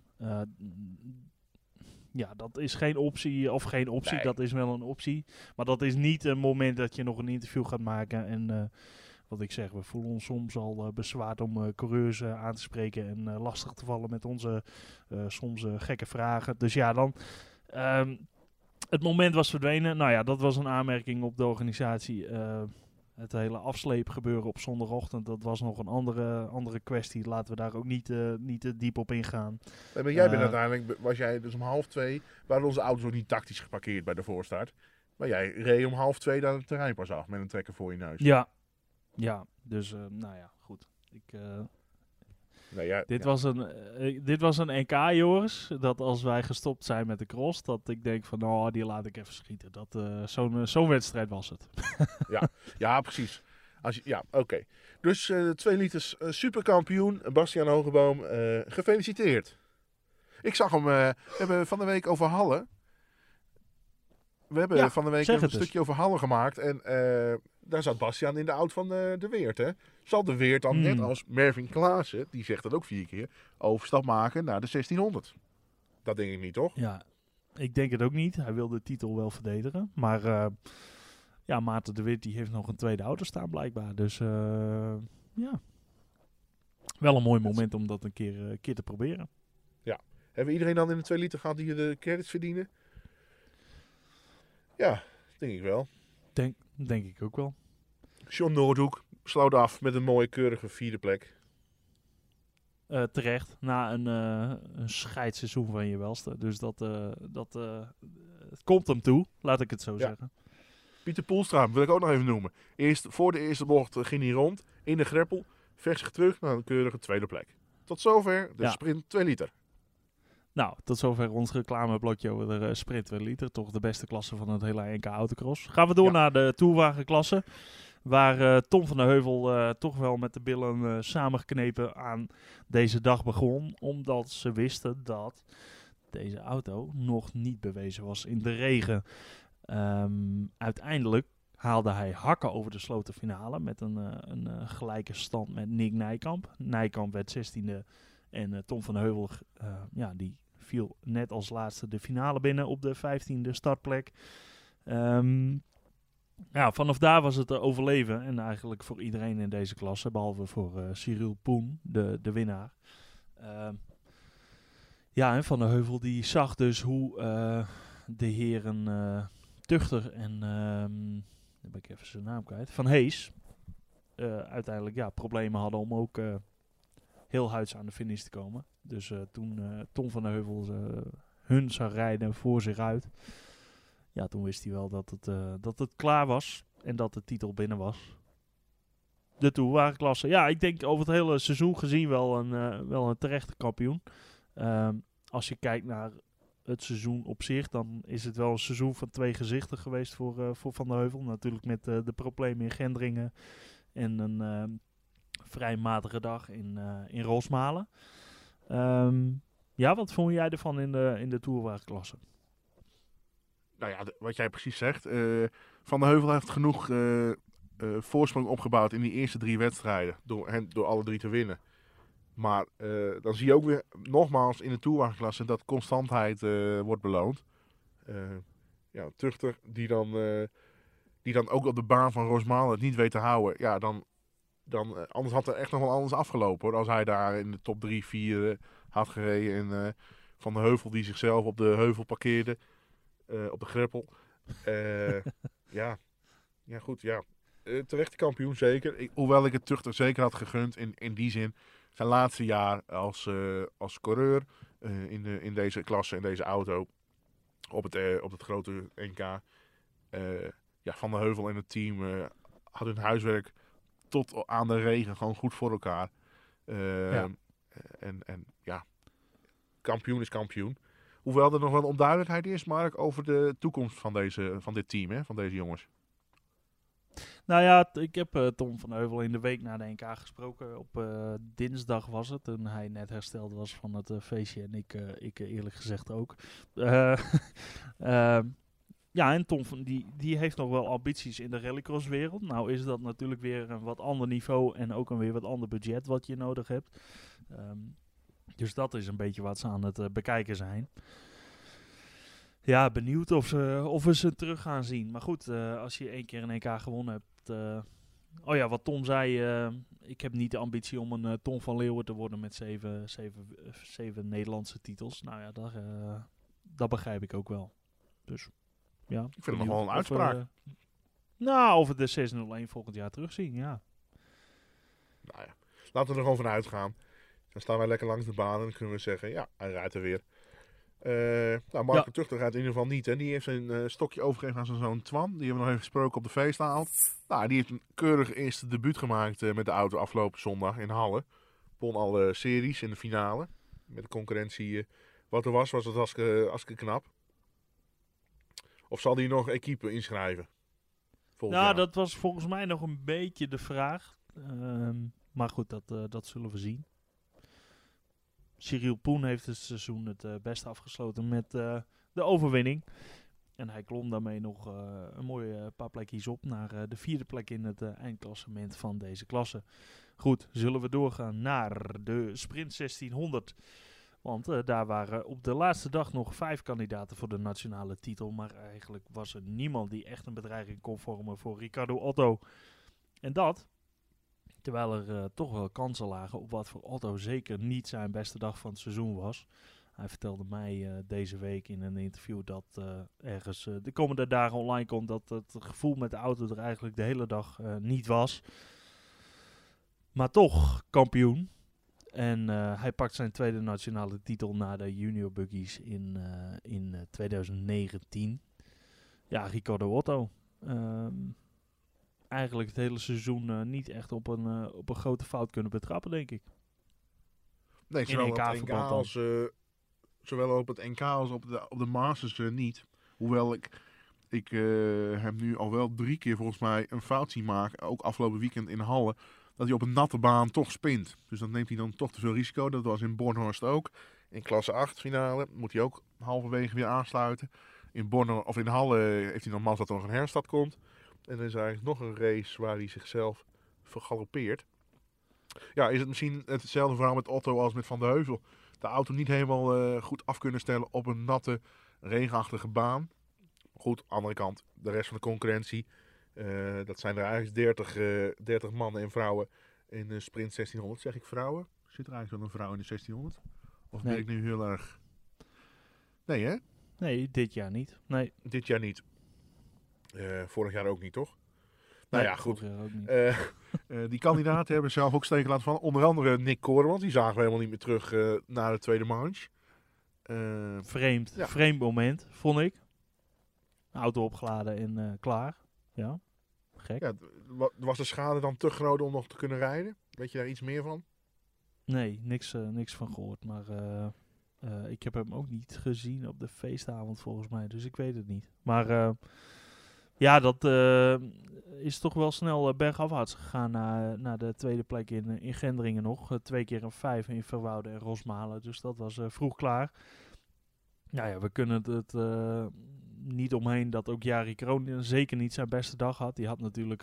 dat is geen optie, of geen optie, Nee. dat is wel een optie. Maar dat is niet een moment dat je nog een interview gaat maken. En wat ik zeg, we voelen ons soms al bezwaard om coureurs aan te spreken en lastig te vallen met onze soms gekke vragen. Dus ja, dan... het moment was verdwenen. Nou ja, dat was een aanmerking op de organisatie. Het hele afsleepgebeuren op zondagochtend, dat was nog een andere kwestie. Laten we daar ook niet te diep op ingaan. Nee, maar jij bent uiteindelijk, was jij dus om 1:30, waren onze auto's ook niet tactisch geparkeerd bij de voorstart. Maar jij reed om 1:30 daar het terrein pas af met een trekker voor je neus. Ja, dus nou ja, goed. Nee, Dit was een NK, Joris. Dat als wij gestopt zijn met de cross, dat ik denk van, die laat ik even schieten. Zo'n wedstrijd was het. Ja, precies. Oké. Dus 2 liters superkampioen, Bastiaan Hogeboom, gefeliciteerd. Ik zag hem, we hebben van de week over Halle. We hebben van de week een stukje over Halle gemaakt. En daar zat Bastiaan in de auto van de Weert. Hè? Zal de Weert dan net als Mervin Klaassen, die zegt dat ook 4 keer, overstap maken naar de 1600? Dat denk ik niet, toch? Ja, ik denk het ook niet. Hij wil de titel wel verdedigen. Maar Maarten de Wit die heeft nog een tweede auto staan blijkbaar. Dus ja, wel een mooi moment om dat een keer te proberen. Ja. Hebben we iedereen dan in de 2 liter gehad die de credits verdienen? Ja, denk ik wel. Denk ik ook wel. John Noordhoek sloot af met een mooie keurige 4e plek. Terecht, na een scheidseizoen van je welste. Dus het komt hem toe, laat ik het zo zeggen. Pieter Poelstra wil ik ook nog even noemen. Voor de eerste bocht ging hij rond in de greppel. Vecht zich terug naar een keurige 2e plek. Tot zover de sprint 2 liter. Nou, tot zover ons reclameblokje over de sprint 2 liter. Toch de beste klasse van het hele NK Autocross. Gaan we door naar de toerwagenklasse. Waar Tom van der Heuvel toch wel met de billen samengeknepen aan deze dag begon. Omdat ze wisten dat deze auto nog niet bewezen was in de regen. Uiteindelijk haalde hij hakken over de slotenfinale met een gelijke stand met Nick Nijkamp. Nijkamp werd 16e en Tom van Heuvel die viel net als laatste de finale binnen op de 15e startplek. Vanaf daar was het overleven. En eigenlijk voor iedereen in deze klasse, behalve voor Cyril Poen, de winnaar. En Van der Heuvel die zag dus hoe de heren Tuchter en, dan ben ik even zijn naam kwijt, Van Hees, uiteindelijk problemen hadden om ook heel huids aan de finish te komen. Dus toen Tom van der Heuvel hun zag rijden voor zich uit, toen wist hij wel dat het klaar was en dat de titel binnen was. De toerwagenklasse. Ja, ik denk over het hele seizoen gezien wel een terechte kampioen. Als je kijkt naar het seizoen op zich, dan is het wel een seizoen van twee gezichten geweest voor Van der Heuvel. Natuurlijk met de problemen in Gendringen en een vrij matige dag in Rosmalen. Wat vond jij ervan in de toerwagenklasse? Nou ja, wat jij precies zegt. Van der Heuvel heeft genoeg voorsprong opgebouwd in die eerste 3 wedstrijden. Door alle 3 te winnen. Maar dan zie je ook weer nogmaals in de toerwagenklasse dat constantheid wordt beloond. Tuchter die dan ook op de baan van Rosmalen het niet weet te houden. Ja, dan anders had er echt nog wel anders afgelopen hoor. Als hij daar in de top 3, 4 had gereden. En Van der Heuvel die zichzelf op de heuvel parkeerde. Op de greppel. Terechte kampioen zeker. Hoewel ik het Tuchter zeker had gegund in die zin. Zijn laatste jaar als coureur in deze klasse, in deze auto. Op het grote NK. Van der Heuvel en het team hadden hun huiswerk tot aan de regen gewoon goed voor elkaar. Kampioen is kampioen. Hoewel er nog wel onduidelijkheid is, Mark, over de toekomst van dit team, hè, van deze jongens. Nou ja, ik heb Tom van Heuvel in de week na de NK gesproken. Op dinsdag was het, toen hij net hersteld was van het feestje. En ik eerlijk gezegd ook. En Tom die heeft nog wel ambities in de rallycrosswereld. Nou is dat natuurlijk weer een wat ander niveau en ook een weer wat ander budget wat je nodig hebt. Dus dat is een beetje wat ze aan het bekijken zijn. Ja, benieuwd of we ze terug gaan zien. Maar goed, als je 1 keer een EK gewonnen hebt. Wat Tom zei. Ik heb niet de ambitie om een Tom van Leeuwen te worden met 7 Nederlandse titels. Nou ja, dat begrijp ik ook wel. Dus ja. Ik vind het nog wel een uitspraak. Of we de 601 volgend jaar terugzien, ja. Nou ja, laten we er gewoon van uitgaan. Dan staan wij lekker langs de baan en dan kunnen we zeggen, ja, hij rijdt er weer. Marco Tuchter rijdt in ieder geval niet. Hè. Die heeft zijn stokje overgegeven aan zijn zoon Twan. Die hebben we nog even gesproken op de feestavond. Nou, die heeft een keurig eerste debuut gemaakt met de auto afgelopen zondag in Halle. Won alle series in de finale. Met de concurrentie wat er was het hartstikke knap. Of zal hij nog equipe inschrijven? Dat was volgens mij nog een beetje de vraag. Maar goed, dat zullen we zien. Cyril Poen heeft het seizoen het beste afgesloten met de overwinning. En hij klom daarmee nog een mooie paar plekjes op naar de 4e plek in het eindklassement van deze klasse. Goed, zullen we doorgaan naar de Sprint 1600. Want daar waren op de laatste dag nog 5 kandidaten voor de nationale titel. Maar eigenlijk was er niemand die echt een bedreiging kon vormen voor Ricardo Otto. En dat, terwijl er toch wel kansen lagen op wat voor Otto zeker niet zijn beste dag van het seizoen was. Hij vertelde mij deze week in een interview dat ergens de komende dagen online komt dat het gevoel met de auto er eigenlijk de hele dag niet was. Maar toch kampioen. En hij pakt zijn tweede nationale titel na de junior buggies in 2019. Ja, Ricardo Otto. Eigenlijk het hele seizoen niet echt op een grote fout kunnen betrappen, denk ik. Nee, zowel op het NK als op de Masters niet. Hoewel ik hem nu al wel 3 keer volgens mij een fout zien maken. Ook afgelopen weekend in Halle. Dat hij op een natte baan toch spint. Dus dan neemt hij dan toch te veel risico. Dat was in Bornhorst ook. In klasse 8 finale moet hij ook halverwege weer aansluiten. In Borne of in Halle heeft hij nog mazzel dat er nog een herstad komt. En dan is er eigenlijk nog een race waar hij zichzelf vergalopeert. Ja, is het misschien hetzelfde verhaal met Otto als met Van de Heuvel. De auto niet helemaal goed af kunnen stellen op een natte, regenachtige baan. Goed, andere kant, de rest van de concurrentie. Dat zijn er eigenlijk 30 mannen en vrouwen in de sprint 1600. Zeg ik vrouwen? Zit er eigenlijk wel een vrouw in de 1600? Of ben ik nu heel erg... Nee, hè? Nee, dit jaar niet. Nee. Dit jaar niet. Vorig jaar ook niet, toch? Nou ja, goed. Die kandidaten hebben zelf ook steken laten vallen. Onder andere Nick Koormans. Die zagen we helemaal niet meer terug naar de tweede manche. Vreemd moment, vond ik. Auto opgeladen en klaar. Ja, gek. Ja, was de schade dan te groot om nog te kunnen rijden? Weet je daar iets meer van? Nee, niks van gehoord. Maar ik heb hem ook niet gezien op de feestavond volgens mij. Dus ik weet het niet. Maar ja, dat is toch wel snel bergafwaarts gegaan naar de tweede plek in Gendringen nog. 2 keer een 5 in Verwoude en Rosmalen. Dus dat was vroeg klaar. Nou ja, we kunnen het niet omheen dat ook Jari Kroon zeker niet zijn beste dag had. Die had natuurlijk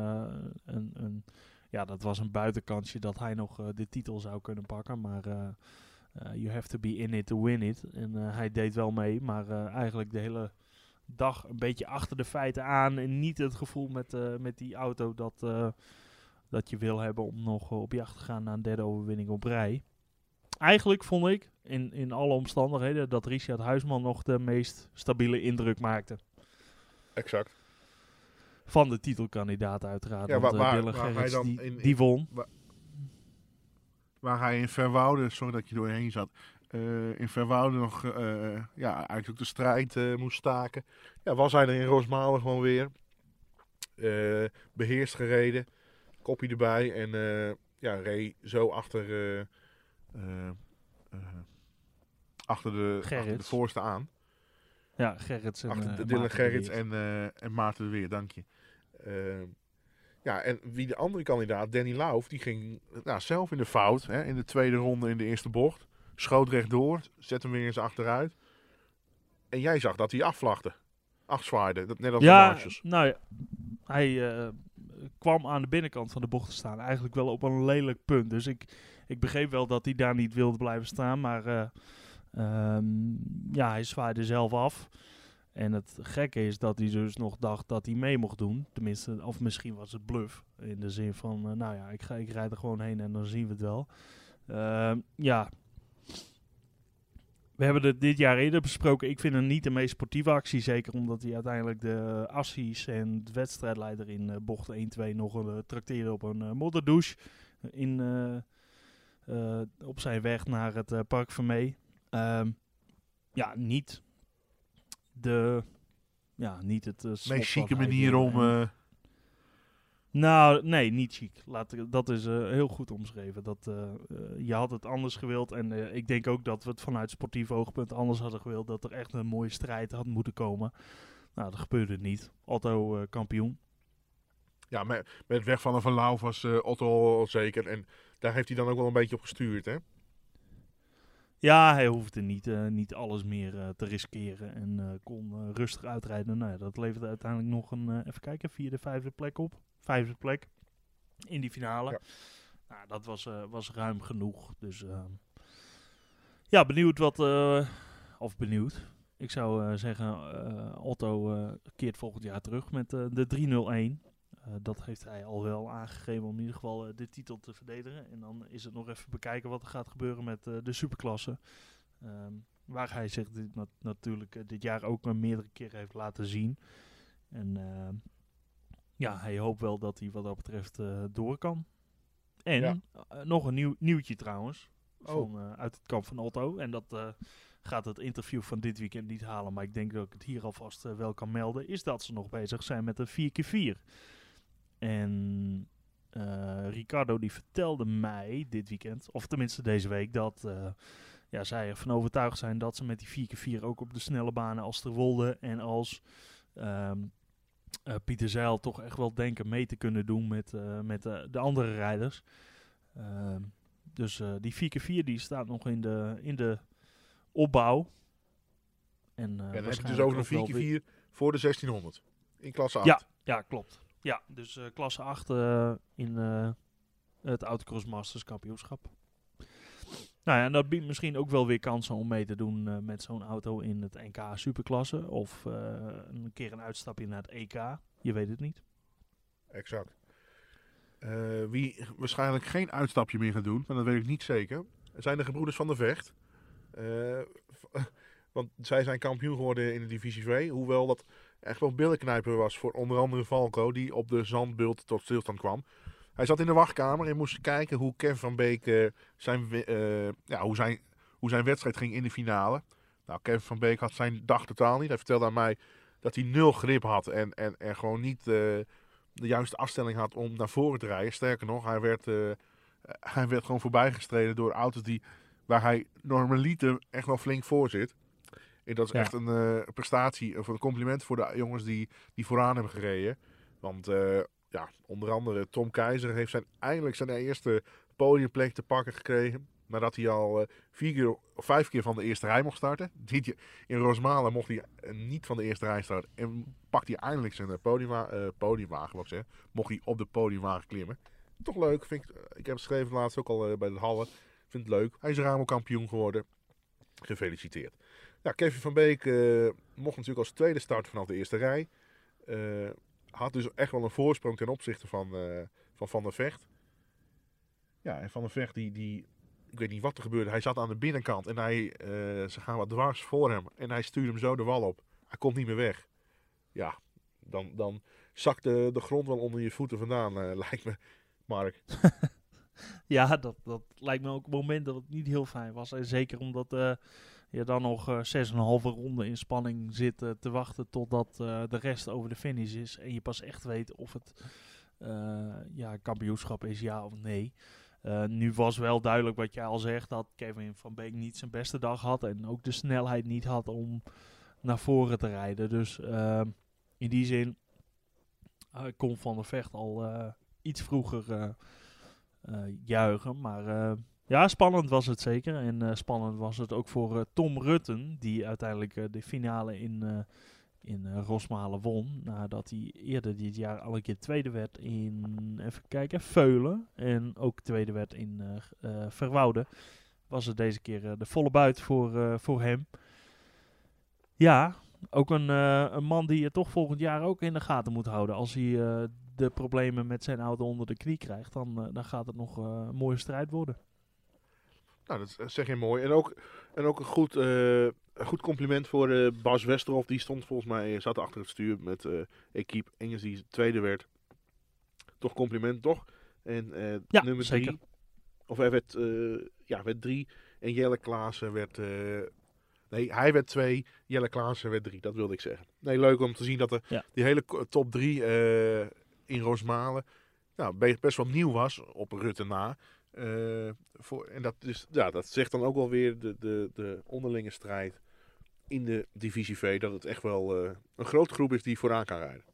ja, dat was een buitenkansje dat hij nog de titel zou kunnen pakken. Maar you have to be in it to win it. En hij deed wel mee, maar eigenlijk de hele dag een beetje achter de feiten aan. En niet het gevoel met die auto dat je wil hebben om nog op jacht te gaan naar een derde overwinning op rij. Eigenlijk vond ik in alle omstandigheden dat Richard Huisman nog de meest stabiele indruk maakte. Exact. Van de titelkandidaat uiteraard. Ja, want waar hij dan die won. Waar hij in Verwoude, sorry dat je doorheen zat, in Verwoude nog eigenlijk ook de strijd moest staken. Ja, was hij er in Rosmalen gewoon weer. Beheerst gereden. Koppie erbij. En reed zo achter de voorste aan. Ja, Gerrits en Dylan Gerrits en Maarten de Weer, dank je. En wie de andere kandidaat, Danny Lauf, die ging zelf in de fout. Hè, in de tweede ronde in de eerste bocht. Schoot rechtdoor, zet hem weer eens achteruit. En jij zag dat hij afzwaaide. Net als de marges. Nou ja, hij kwam aan de binnenkant van de bocht te staan. Eigenlijk wel op een lelijk punt. Dus ik begreep wel dat hij daar niet wilde blijven staan. Maar hij zwaaide zelf af. En het gekke is dat hij dus nog dacht dat hij mee mocht doen. Tenminste, of misschien was het bluff. In de zin van, ik rijd er gewoon heen en dan zien we het wel. We hebben het dit jaar eerder besproken. Ik vind het niet de meest sportieve actie. Zeker omdat hij uiteindelijk de assies en de wedstrijdleider in bocht 1-2 nog trakteerde op een modderdouche. Op zijn weg naar het Park Vermee. Niet het meest chique manier om... Nou, nee, niet chic. Dat is heel goed omschreven. Je had het anders gewild. En ik denk ook dat we het vanuit sportief oogpunt anders hadden gewild. Dat er echt een mooie strijd had moeten komen. Nou, dat gebeurde niet. Otto kampioen. Ja, met het wegvallen van Lauf was Otto al zeker. En daar heeft hij dan ook wel een beetje op gestuurd, hè? Ja, hij hoefde niet alles meer te riskeren. En kon rustig uitrijden. Nou ja, dat leverde uiteindelijk nog een, even kijken, 4e, 5e plek op. 5e plek in die finale. Ja. Nou, dat was ruim genoeg. Dus benieuwd of benieuwd. Ik zou zeggen, Otto keert volgend jaar terug met de 301. Dat heeft hij al wel aangegeven om in ieder geval de titel te verdedigen. En dan is het nog even bekijken wat er gaat gebeuren met de superklasse. Waar hij zich natuurlijk dit jaar ook meerdere keren heeft laten zien. En hij hoopt wel dat hij wat dat betreft door kan. En nog een nieuwtje trouwens. Uit het kamp van Otto. En dat gaat het interview van dit weekend niet halen. Maar ik denk dat ik het hier alvast wel kan melden. Is dat ze nog bezig zijn met een 4x4. En Ricardo die vertelde mij dit weekend, of tenminste deze week, dat zij ervan overtuigd zijn dat ze met die 4x4 ook op de snelle banen als Terwolde en als Pieter Zeil toch echt wel denken mee te kunnen doen met de andere rijders. Dus die 4x4 die staat nog in de opbouw. En dan heb je het dus over een 4x4 voor de 1600. In klasse 8. Ja, klopt. Ja, dus klasse 8 in het Autocross Masters kampioenschap. Nou ja, en dat biedt misschien ook wel weer kansen om mee te doen met zo'n auto in het NK Superklasse. Of een keer een uitstapje naar het EK. Je weet het niet. Exact. Wie waarschijnlijk geen uitstapje meer gaat doen, maar dat weet ik niet zeker, zijn de gebroeders Van der Vecht. Want zij zijn kampioen geworden in de divisie V. Hoewel dat echt wel billenknijper was voor onder andere Valco, die op de zandbult tot stilstand kwam. Hij zat in de wachtkamer en moest kijken hoe Kevin van Beek hoe zijn wedstrijd ging in de finale. Nou, Kevin van Beek had zijn dag totaal niet. Hij vertelde aan mij dat hij 0 grip had en gewoon niet de juiste afstelling had om naar voren te rijden. Sterker nog, hij werd gewoon voorbijgestreden door auto's waar hij normaliter echt wel flink voor zit. En dat is echt een prestatie, of een compliment voor de jongens die vooraan hebben gereden. Want onder andere Tom Keizer heeft eindelijk zijn eerste podiumplek te pakken gekregen. Nadat hij al 5 keer van de eerste rij mocht starten. In Rosmalen mocht hij niet van de eerste rij starten. En pakt hij eindelijk zijn podiumwagen. Wat ik zeg. Mocht hij op de podiumwagen klimmen. Toch leuk. Ik heb het geschreven laatst ook al bij de Halle. Vind het leuk. Hij is Ramo-kampioen geworden. Gefeliciteerd. Ja, Kevin van Beek mocht natuurlijk als tweede starten vanaf de eerste rij. Had dus echt wel een voorsprong ten opzichte van der Vecht. Ja, en Van der Vecht ik weet niet wat er gebeurde. Hij zat aan de binnenkant en ze gaan wat dwars voor hem. En hij stuurde hem zo de wal op. Hij komt niet meer weg. Ja, dan zakt de grond wel onder je voeten vandaan, lijkt me, Mark. Ja, dat lijkt me ook een moment dat het niet heel fijn was. En zeker omdat je dan nog 6,5 ronden in spanning zit te wachten totdat de rest over de finish is. En je pas echt weet of het kampioenschap is, ja of nee. Nu was wel duidelijk wat jij al zegt, dat Kevin van Beek niet zijn beste dag had. En ook de snelheid niet had om naar voren te rijden. Dus in die zin kon Van der Vecht al iets vroeger juichen. Maar spannend was het zeker. En spannend was het ook voor Tom Rutten, die uiteindelijk de finale in Rosmalen won. Nadat hij eerder dit jaar al een keer tweede werd in, even kijken, Veulen. En ook tweede werd in Verwoude. Was het deze keer de volle buit voor hem. Ja, ook een man die je toch volgend jaar ook in de gaten moet houden. Als hij de problemen met zijn auto onder de knie krijgt, dan gaat het nog een mooie strijd worden. Nou, dat zeg je mooi. En ook een goed compliment voor Bas Westerhof. Die zat achter het stuur met Equipe Engels die tweede werd. Toch compliment, toch? En nummer 3. Of hij werd 3. En Jelle Klaassen werd... hij werd 2. Jelle Klaassen werd 3. Dat wilde ik zeggen. Nee, leuk om te zien dat die hele top 3 in Rosmalen best wel nieuw was op Rutte na. En dat zegt dan ook wel weer de onderlinge strijd in de divisie V. Dat het echt wel een grote groep is die vooraan kan rijden.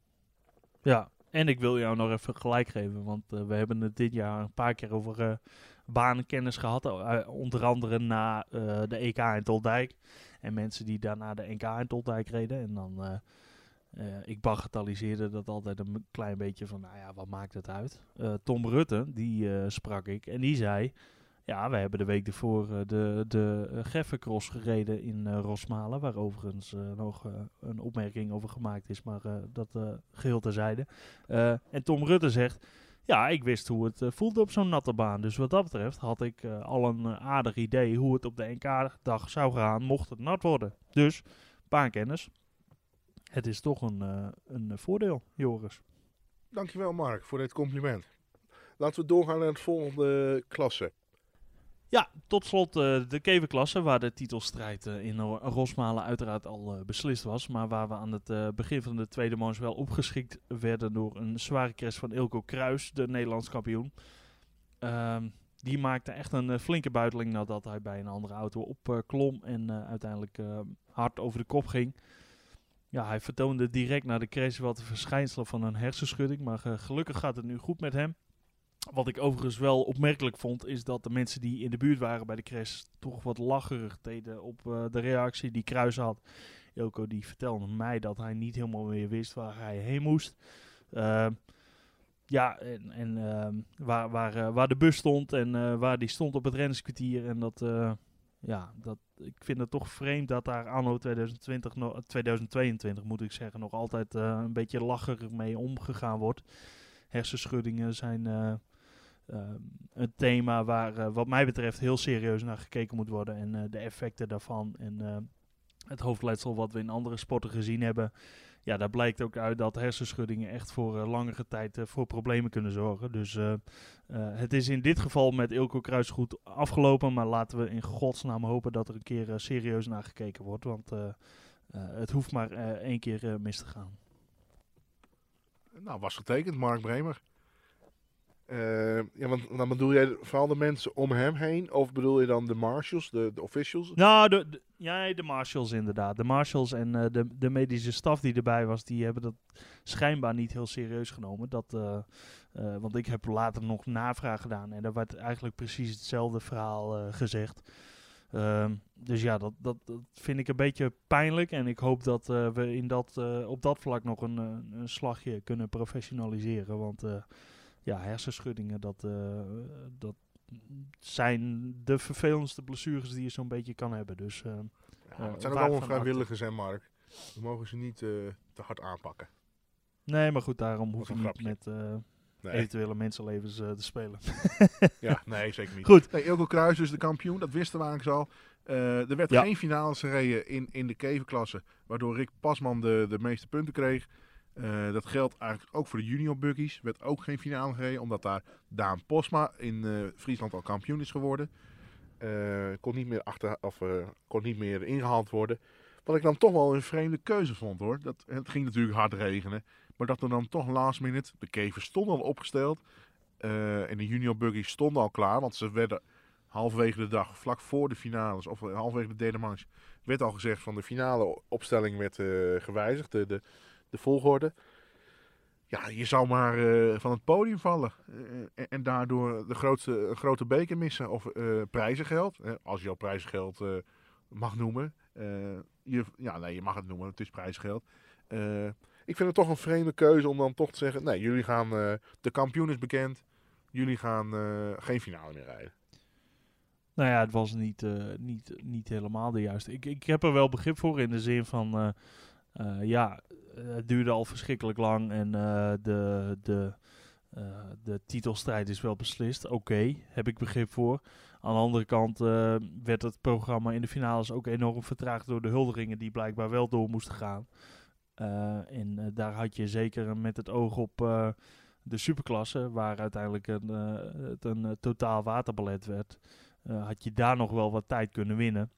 Ja, en ik wil jou nog even gelijk geven. Want we hebben het dit jaar een paar keer over baankennis gehad. Onder andere na de EK in Toldijk. En mensen die daarna de NK in Toldijk reden. En dan... ik bagatelliseerde dat altijd een klein beetje van, wat maakt het uit? Tom Rutte, die sprak ik en die zei, ja, we hebben de week ervoor de Geffencross gereden in Rosmalen, waar overigens nog een opmerking over gemaakt is, maar dat geheel terzijde. En Tom Rutte zegt, ja, ik wist hoe het voelde op zo'n natte baan. Dus wat dat betreft had ik al een aardig idee hoe het op de NK-dag zou gaan, mocht het nat worden. Dus, baankennis. Het is toch een voordeel, Joris. Dankjewel, Mark, voor dit compliment. Laten we doorgaan naar het volgende klasse. Ja, tot slot de keverklasse, waar de titelstrijd in Rosmalen uiteraard al beslist was. Maar waar we aan het begin van de tweede manche wel opgeschikt werden door een zware crash van Ilko Kruis, de Nederlands kampioen. Die maakte echt een flinke buiteling nadat hij bij een andere auto opklom en uiteindelijk hard over de kop ging. Ja, hij vertoonde direct na de crash wat de verschijnselen van een hersenschudding. Maar gelukkig gaat het nu goed met hem. Wat ik overigens wel opmerkelijk vond, is dat de mensen die in de buurt waren bij de crash toch wat lacherig deden op de reactie die Kruis had. Ilko die vertelde mij dat hij niet helemaal meer wist waar hij heen moest. Waar de bus stond en waar die stond op het rennerskwartier. En ik vind het toch vreemd dat daar anno 2022 moet ik zeggen, nog altijd een beetje lacherig mee omgegaan wordt. Hersenschuddingen zijn een thema waar wat mij betreft heel serieus naar gekeken moet worden. En de effecten daarvan en het hoofdletsel wat we in andere sporten gezien hebben. Ja, daar blijkt ook uit dat hersenschuddingen echt voor langere tijd voor problemen kunnen zorgen. Dus het is in dit geval met Ilko Kruis goed afgelopen. Maar laten we in godsnaam hopen dat er een keer serieus naar gekeken wordt. Want het hoeft maar 1 keer mis te gaan. Nou, was getekend, Mark Bremer. Want dan bedoel jij vooral de mensen om hem heen? Of bedoel je dan de marshals, de officials? Nou, de marshals inderdaad. De marshals en de medische staf die erbij was, die hebben dat schijnbaar niet heel serieus genomen. Want ik heb later nog navraag gedaan en daar werd eigenlijk precies hetzelfde verhaal gezegd. Dus ja, dat vind ik een beetje pijnlijk. En ik hoop dat we op dat vlak nog een slagje kunnen professionaliseren. Want hersenschuddingen, dat zijn de vervelendste blessures die je zo'n beetje kan hebben. Dus, het zijn ook allemaal vrijwilligers, hè Mark? We mogen ze niet te hard aanpakken. Nee, maar goed, daarom hoef je niet grapje. met eventuele mensenlevens te spelen. Ja, nee, zeker niet. Goed. Nee, Ilko Kruis dus de kampioen, dat wisten we eigenlijk al. Er werd geen finales gereden in de kevenklasse, waardoor Rick Pasman de meeste punten kreeg. Dat geldt eigenlijk ook voor de junior buggies. Werd ook geen finale gereden, omdat daar Daan Posma in Friesland al kampioen is geworden. Kon niet meer ingehaald worden. Wat ik dan toch wel een vreemde keuze vond hoor. Het ging natuurlijk hard regenen. Maar dat er dan toch last minute, de keven stonden al opgesteld. En de junior buggies stonden al klaar. Want ze werden halverwege de dag, vlak voor de finales, of halverwege de derde manche, werd al gezegd van de finale opstelling werd gewijzigd. De volgorde. Ja, je zou maar van het podium vallen. En daardoor een grote beker missen. Of prijzengeld. Als je al prijzengeld mag noemen. Je mag het noemen. Het is prijzengeld. Ik vind het toch een vreemde keuze om dan toch te zeggen, nee, jullie gaan, de kampioen is bekend. Jullie gaan geen finale meer rijden. Nou ja, het was niet helemaal de juiste. Ik heb er wel begrip voor in de zin van, het duurde al verschrikkelijk lang en de titelstrijd is wel beslist. Oké, heb ik begrip voor. Aan de andere kant werd het programma in de finales ook enorm vertraagd door de huldigingen die blijkbaar wel door moesten gaan. En daar had je zeker met het oog op de superklasse, waar uiteindelijk het een totaal waterballet werd, had je daar nog wel wat tijd kunnen winnen.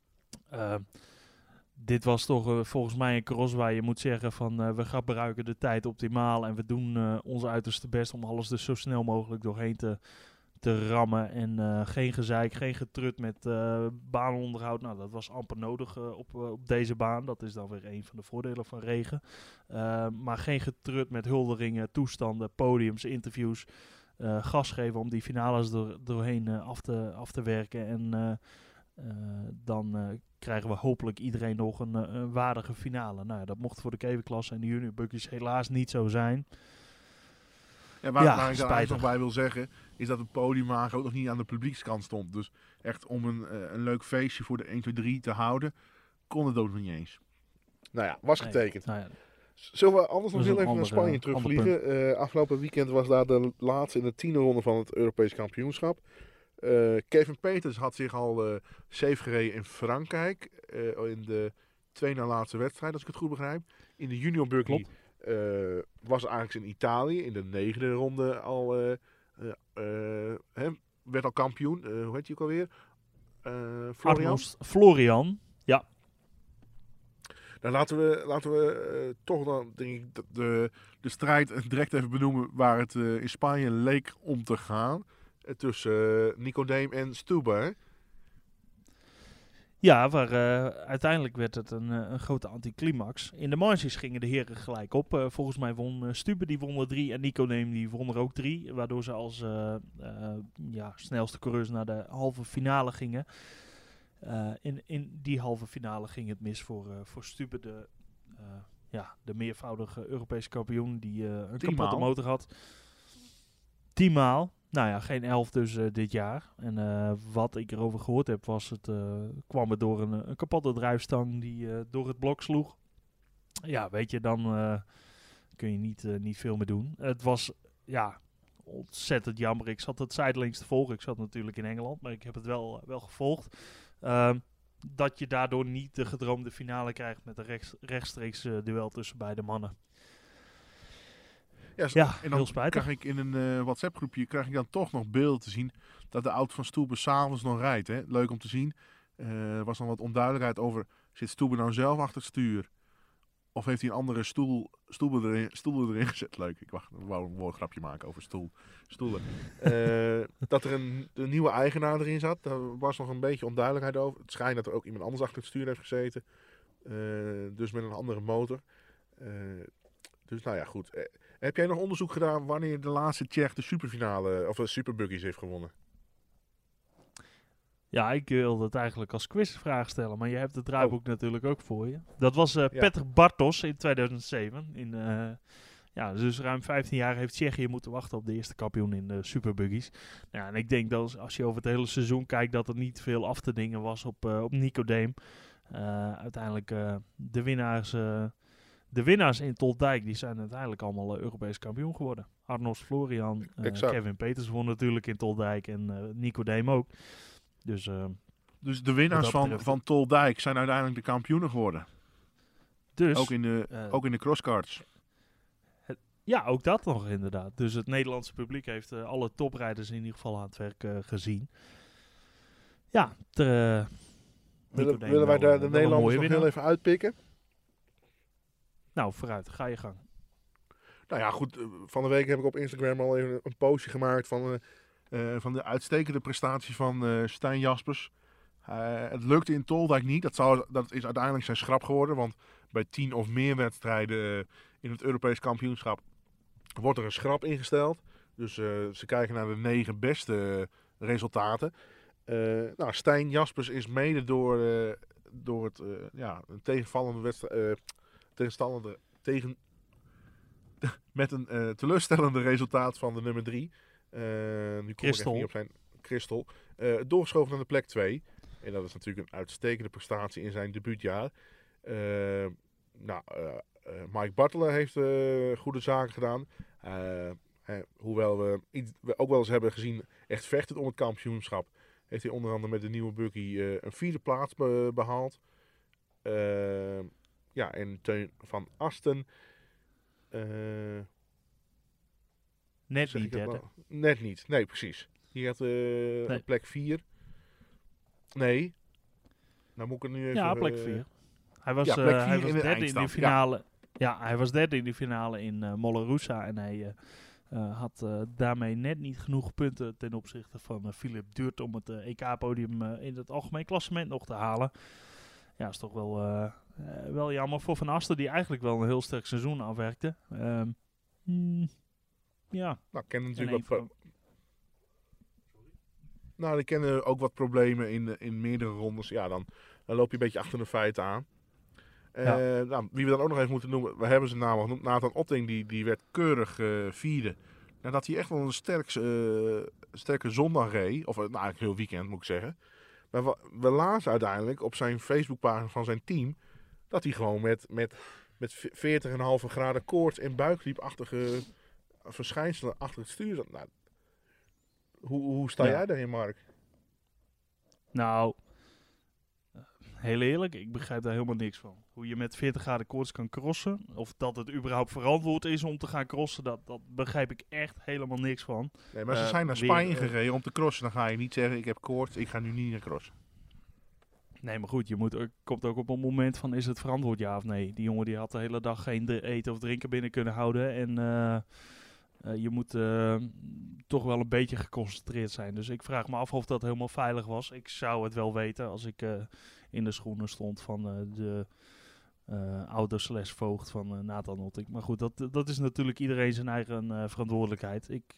Dit was toch volgens mij een cross waar je moet zeggen van we gebruiken de tijd optimaal en we doen ons uiterste best om alles er zo snel mogelijk doorheen te rammen. En geen gezeik, geen getrut met baanonderhoud. Nou, dat was amper nodig op deze baan. Dat is dan weer een van de voordelen van regen. Maar geen getrut met hulderingen, toestanden, podiums, interviews. Gas geven om die finales doorheen af te werken. En dan krijgen we hopelijk iedereen nog een waardige finale. Nou, dat mocht voor de kevenklasse en de junior buggies helaas niet zo zijn. Ja, waar ik daar eigenlijk nog bij wil zeggen, is dat het podiumwagen ook nog niet aan de publiekskant stond. Dus echt om een leuk feestje voor de 1, 2, 3 te houden, kon het ook nog niet eens. Nou ja, was getekend. Nou ja. Zullen we anders nog heel even naar Spanje terugvliegen? Afgelopen weekend was daar de laatste in de 10e ronde van het Europees kampioenschap. Kevin Peters had zich al safe gereden in Frankrijk. In de 2 na laatste wedstrijd, als ik het goed begrijp. In de junior buggy was eigenlijk in Italië. In de 9e ronde al werd al kampioen. Hoe heet hij ook alweer? Florian, ja. Nou, laten we toch dan, denk ik, de strijd direct even benoemen waar het in Spanje leek om te gaan. Tussen Nicodeem en Stuber. Ja, waar uiteindelijk werd het een grote anticlimax. In de marges gingen de heren gelijk op. Volgens mij won Stube, die won er 3. En Nico Neem, die won er ook 3. Waardoor ze als snelste coureurs naar de halve finale gingen. In die halve finale ging het mis voor Stube, de meervoudige Europese kampioen die een kapotte motor had. 10 maal. Nou ja, geen 11 dus dit jaar. En wat ik erover gehoord heb, kwam het door een kapotte drijfstang die door het blok sloeg. Ja, weet je, dan kun je niet veel meer doen. Het was, ontzettend jammer. Ik zat het zijdelings te volgen. Ik zat natuurlijk in Engeland, maar ik heb het wel gevolgd. Dat je daardoor niet de gedroomde finale krijgt met een rechtstreeks duel tussen beide mannen. Ja, en dan heel spijtig. krijg ik in een WhatsApp-groepje dan toch nog beelden te zien dat de auto van Stube s'avonds nog rijdt. Hè? Leuk om te zien. Er was dan wat onduidelijkheid over, zit Stube nou zelf achter het stuur? Of heeft hij een andere stoel erin gezet? Leuk, ik wou een woordgrapje maken over stoelen. Dat er een nieuwe eigenaar erin zat, daar was nog een beetje onduidelijkheid over. Het schijnt dat er ook iemand anders achter het stuur heeft gezeten. Dus met een andere motor. Dus nou ja, goed. Heb jij nog onderzoek gedaan wanneer de laatste Tsjech de superfinale of de superbuggies heeft gewonnen? Ja, ik wilde het eigenlijk als quizvraag stellen, maar je hebt het draaiboek natuurlijk ook voor je. Dat was Petr Bartos in 2007. Dus ruim 15 jaar heeft Tsjechië moeten wachten op de eerste kampioen in de superbuggies. Nou, en ik denk dat als je over het hele seizoen kijkt dat er niet veel af te dingen was op Nico Deem. Uiteindelijk de winnaars in Toldijk, die zijn uiteindelijk allemaal Europees kampioen geworden. Arnold Florian, Kevin Peters won natuurlijk in Toldijk en Nico Deem ook. Dus de winnaars van Toldijk zijn uiteindelijk de kampioenen geworden. Dus, ook in de crosskarts. Ja, ook dat nog inderdaad. Dus het Nederlandse publiek heeft alle toprijders in ieder geval aan het werk gezien. Ja, willen wij daar de Nederlanders nog heel even uitpikken? Nou, vooruit. Ga je gang. Nou ja, goed. Van de week heb ik op Instagram al even een postje gemaakt van de uitstekende prestatie van Stijn Jaspers. Het lukte in Toldijk niet. Dat is uiteindelijk zijn schrap geworden. Want bij 10 of meer wedstrijden in het Europees kampioenschap wordt er een schrap ingesteld. Dus ze kijken naar de 9 beste resultaten. Stijn Jaspers is mede door het een tegenvallende wedstrijd... met een teleurstellende resultaat van de nummer 3. Nu kom ik even niet op zijn Christel. Doorgeschoven naar de plek 2. En dat is natuurlijk een uitstekende prestatie in zijn debuutjaar. Mike Bartelen heeft goede zaken gedaan. Hoewel we ook wel eens hebben gezien echt vechtend om het kampioenschap, heeft hij onder andere met de nieuwe buggy een 4e plaats behaald. En Teun van Asten. Net niet derde. Net niet, nee precies. Die had plek 4. Nee. Nou moet ik het nu even... Ja, plek 4. Hij was derde in de finale. Ja, hij was derde in de finale in Mollerussa. En hij had daarmee net niet genoeg punten ten opzichte van Philip Duurt om het EK-podium in het algemeen klassement nog te halen. Ja, is toch wel jammer voor Van Asten, die eigenlijk wel een heel sterk seizoen afwerkte. Ja. Nou, kennen natuurlijk die kennen ook wat problemen in meerdere rondes. Ja, dan loop je een beetje achter de feiten aan. Wie we dan ook nog even moeten noemen, we hebben ze namelijk genoemd. Nathan Otting, die werd keurig 4e. Nadat hij echt wel een sterke zondag reed. Of eigenlijk heel weekend moet ik zeggen. Maar we lazen uiteindelijk op zijn Facebookpagina van zijn team dat hij gewoon met 40,5 graden koorts en buikgriepachtige verschijnselen achter het stuur zat. Nou, hoe sta jij daarin, Mark? Nou, heel eerlijk, ik begrijp daar helemaal niks van. Hoe je met 40 graden koorts kan crossen, of dat het überhaupt verantwoord is om te gaan crossen, dat begrijp ik echt helemaal niks van. Nee, maar ze zijn naar Spanje gereden om te crossen. Dan ga je niet zeggen, ik heb koorts, ik ga nu niet naar crossen. Nee, maar goed, komt ook op een moment van, is het verantwoord ja of nee? Die jongen die had de hele dag geen eten of drinken binnen kunnen houden. En Je moet toch wel een beetje geconcentreerd zijn. Dus ik vraag me af of dat helemaal veilig was. Ik zou het wel weten als ik in de schoenen stond van de ouder/voogd van Nathan Notting. Maar goed, dat is natuurlijk iedereen zijn eigen verantwoordelijkheid. Ik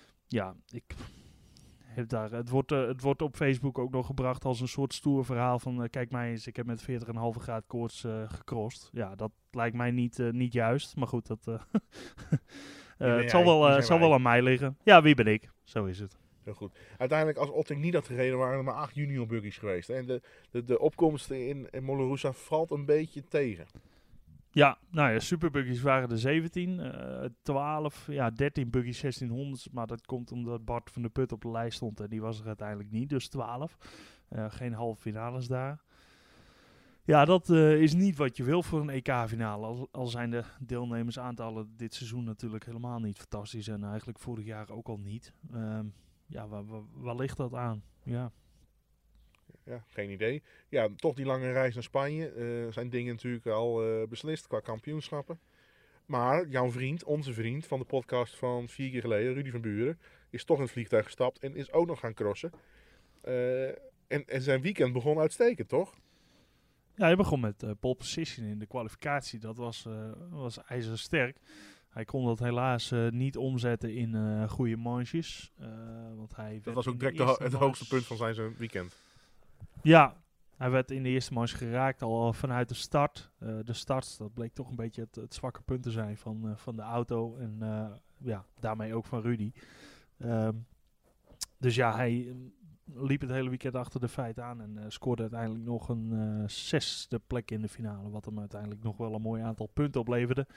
heb daar, het wordt op Facebook ook nog gebracht als een soort stoer verhaal van kijk mij eens, ik heb met 40,5 graad koorts gecrossed. Ja, dat lijkt mij niet juist. Maar goed, dat het zal wel aan mij liggen. Ja, wie ben ik? Zo is het. Heel goed. Uiteindelijk, als Otting niet had gereden, waren er maar 8 junior buggies geweest. Hè? En de opkomst in Mollerussa valt een beetje tegen. Ja, nou ja, superbuggies waren er 17. 12, 13 buggies 1600. Maar dat komt omdat Bart van der Put op de lijst stond. En die was er uiteindelijk niet, dus 12. Geen halve finales daar. Ja, dat is niet wat je wil voor een EK-finale. Al zijn de deelnemersaantallen dit seizoen natuurlijk helemaal niet fantastisch. En eigenlijk vorig jaar ook al niet. Waar ligt dat aan? Ja. Ja, geen idee. Ja, toch die lange reis naar Spanje. Zijn dingen natuurlijk al beslist qua kampioenschappen. Maar jouw vriend, onze vriend van de podcast van 4 keer geleden, Rudy van Buren, is toch in het vliegtuig gestapt en is ook nog gaan crossen. En zijn weekend begon uitstekend, toch? Ja, hij begon met pole position in de kwalificatie. Dat was ijzersterk. Hij kon dat helaas niet omzetten in goede manches. Dat was ook direct het hoogste punt van zijn weekend. Ja, hij werd in de eerste manche geraakt al vanuit de start. De start, dat bleek toch een beetje het zwakke punt te zijn van de auto. En daarmee ook van Rudy. Dus ja, hij liep het hele weekend achter de feiten aan. En scoorde uiteindelijk nog een 6e plek in de finale. Wat hem uiteindelijk nog wel een mooi aantal punten opleverde.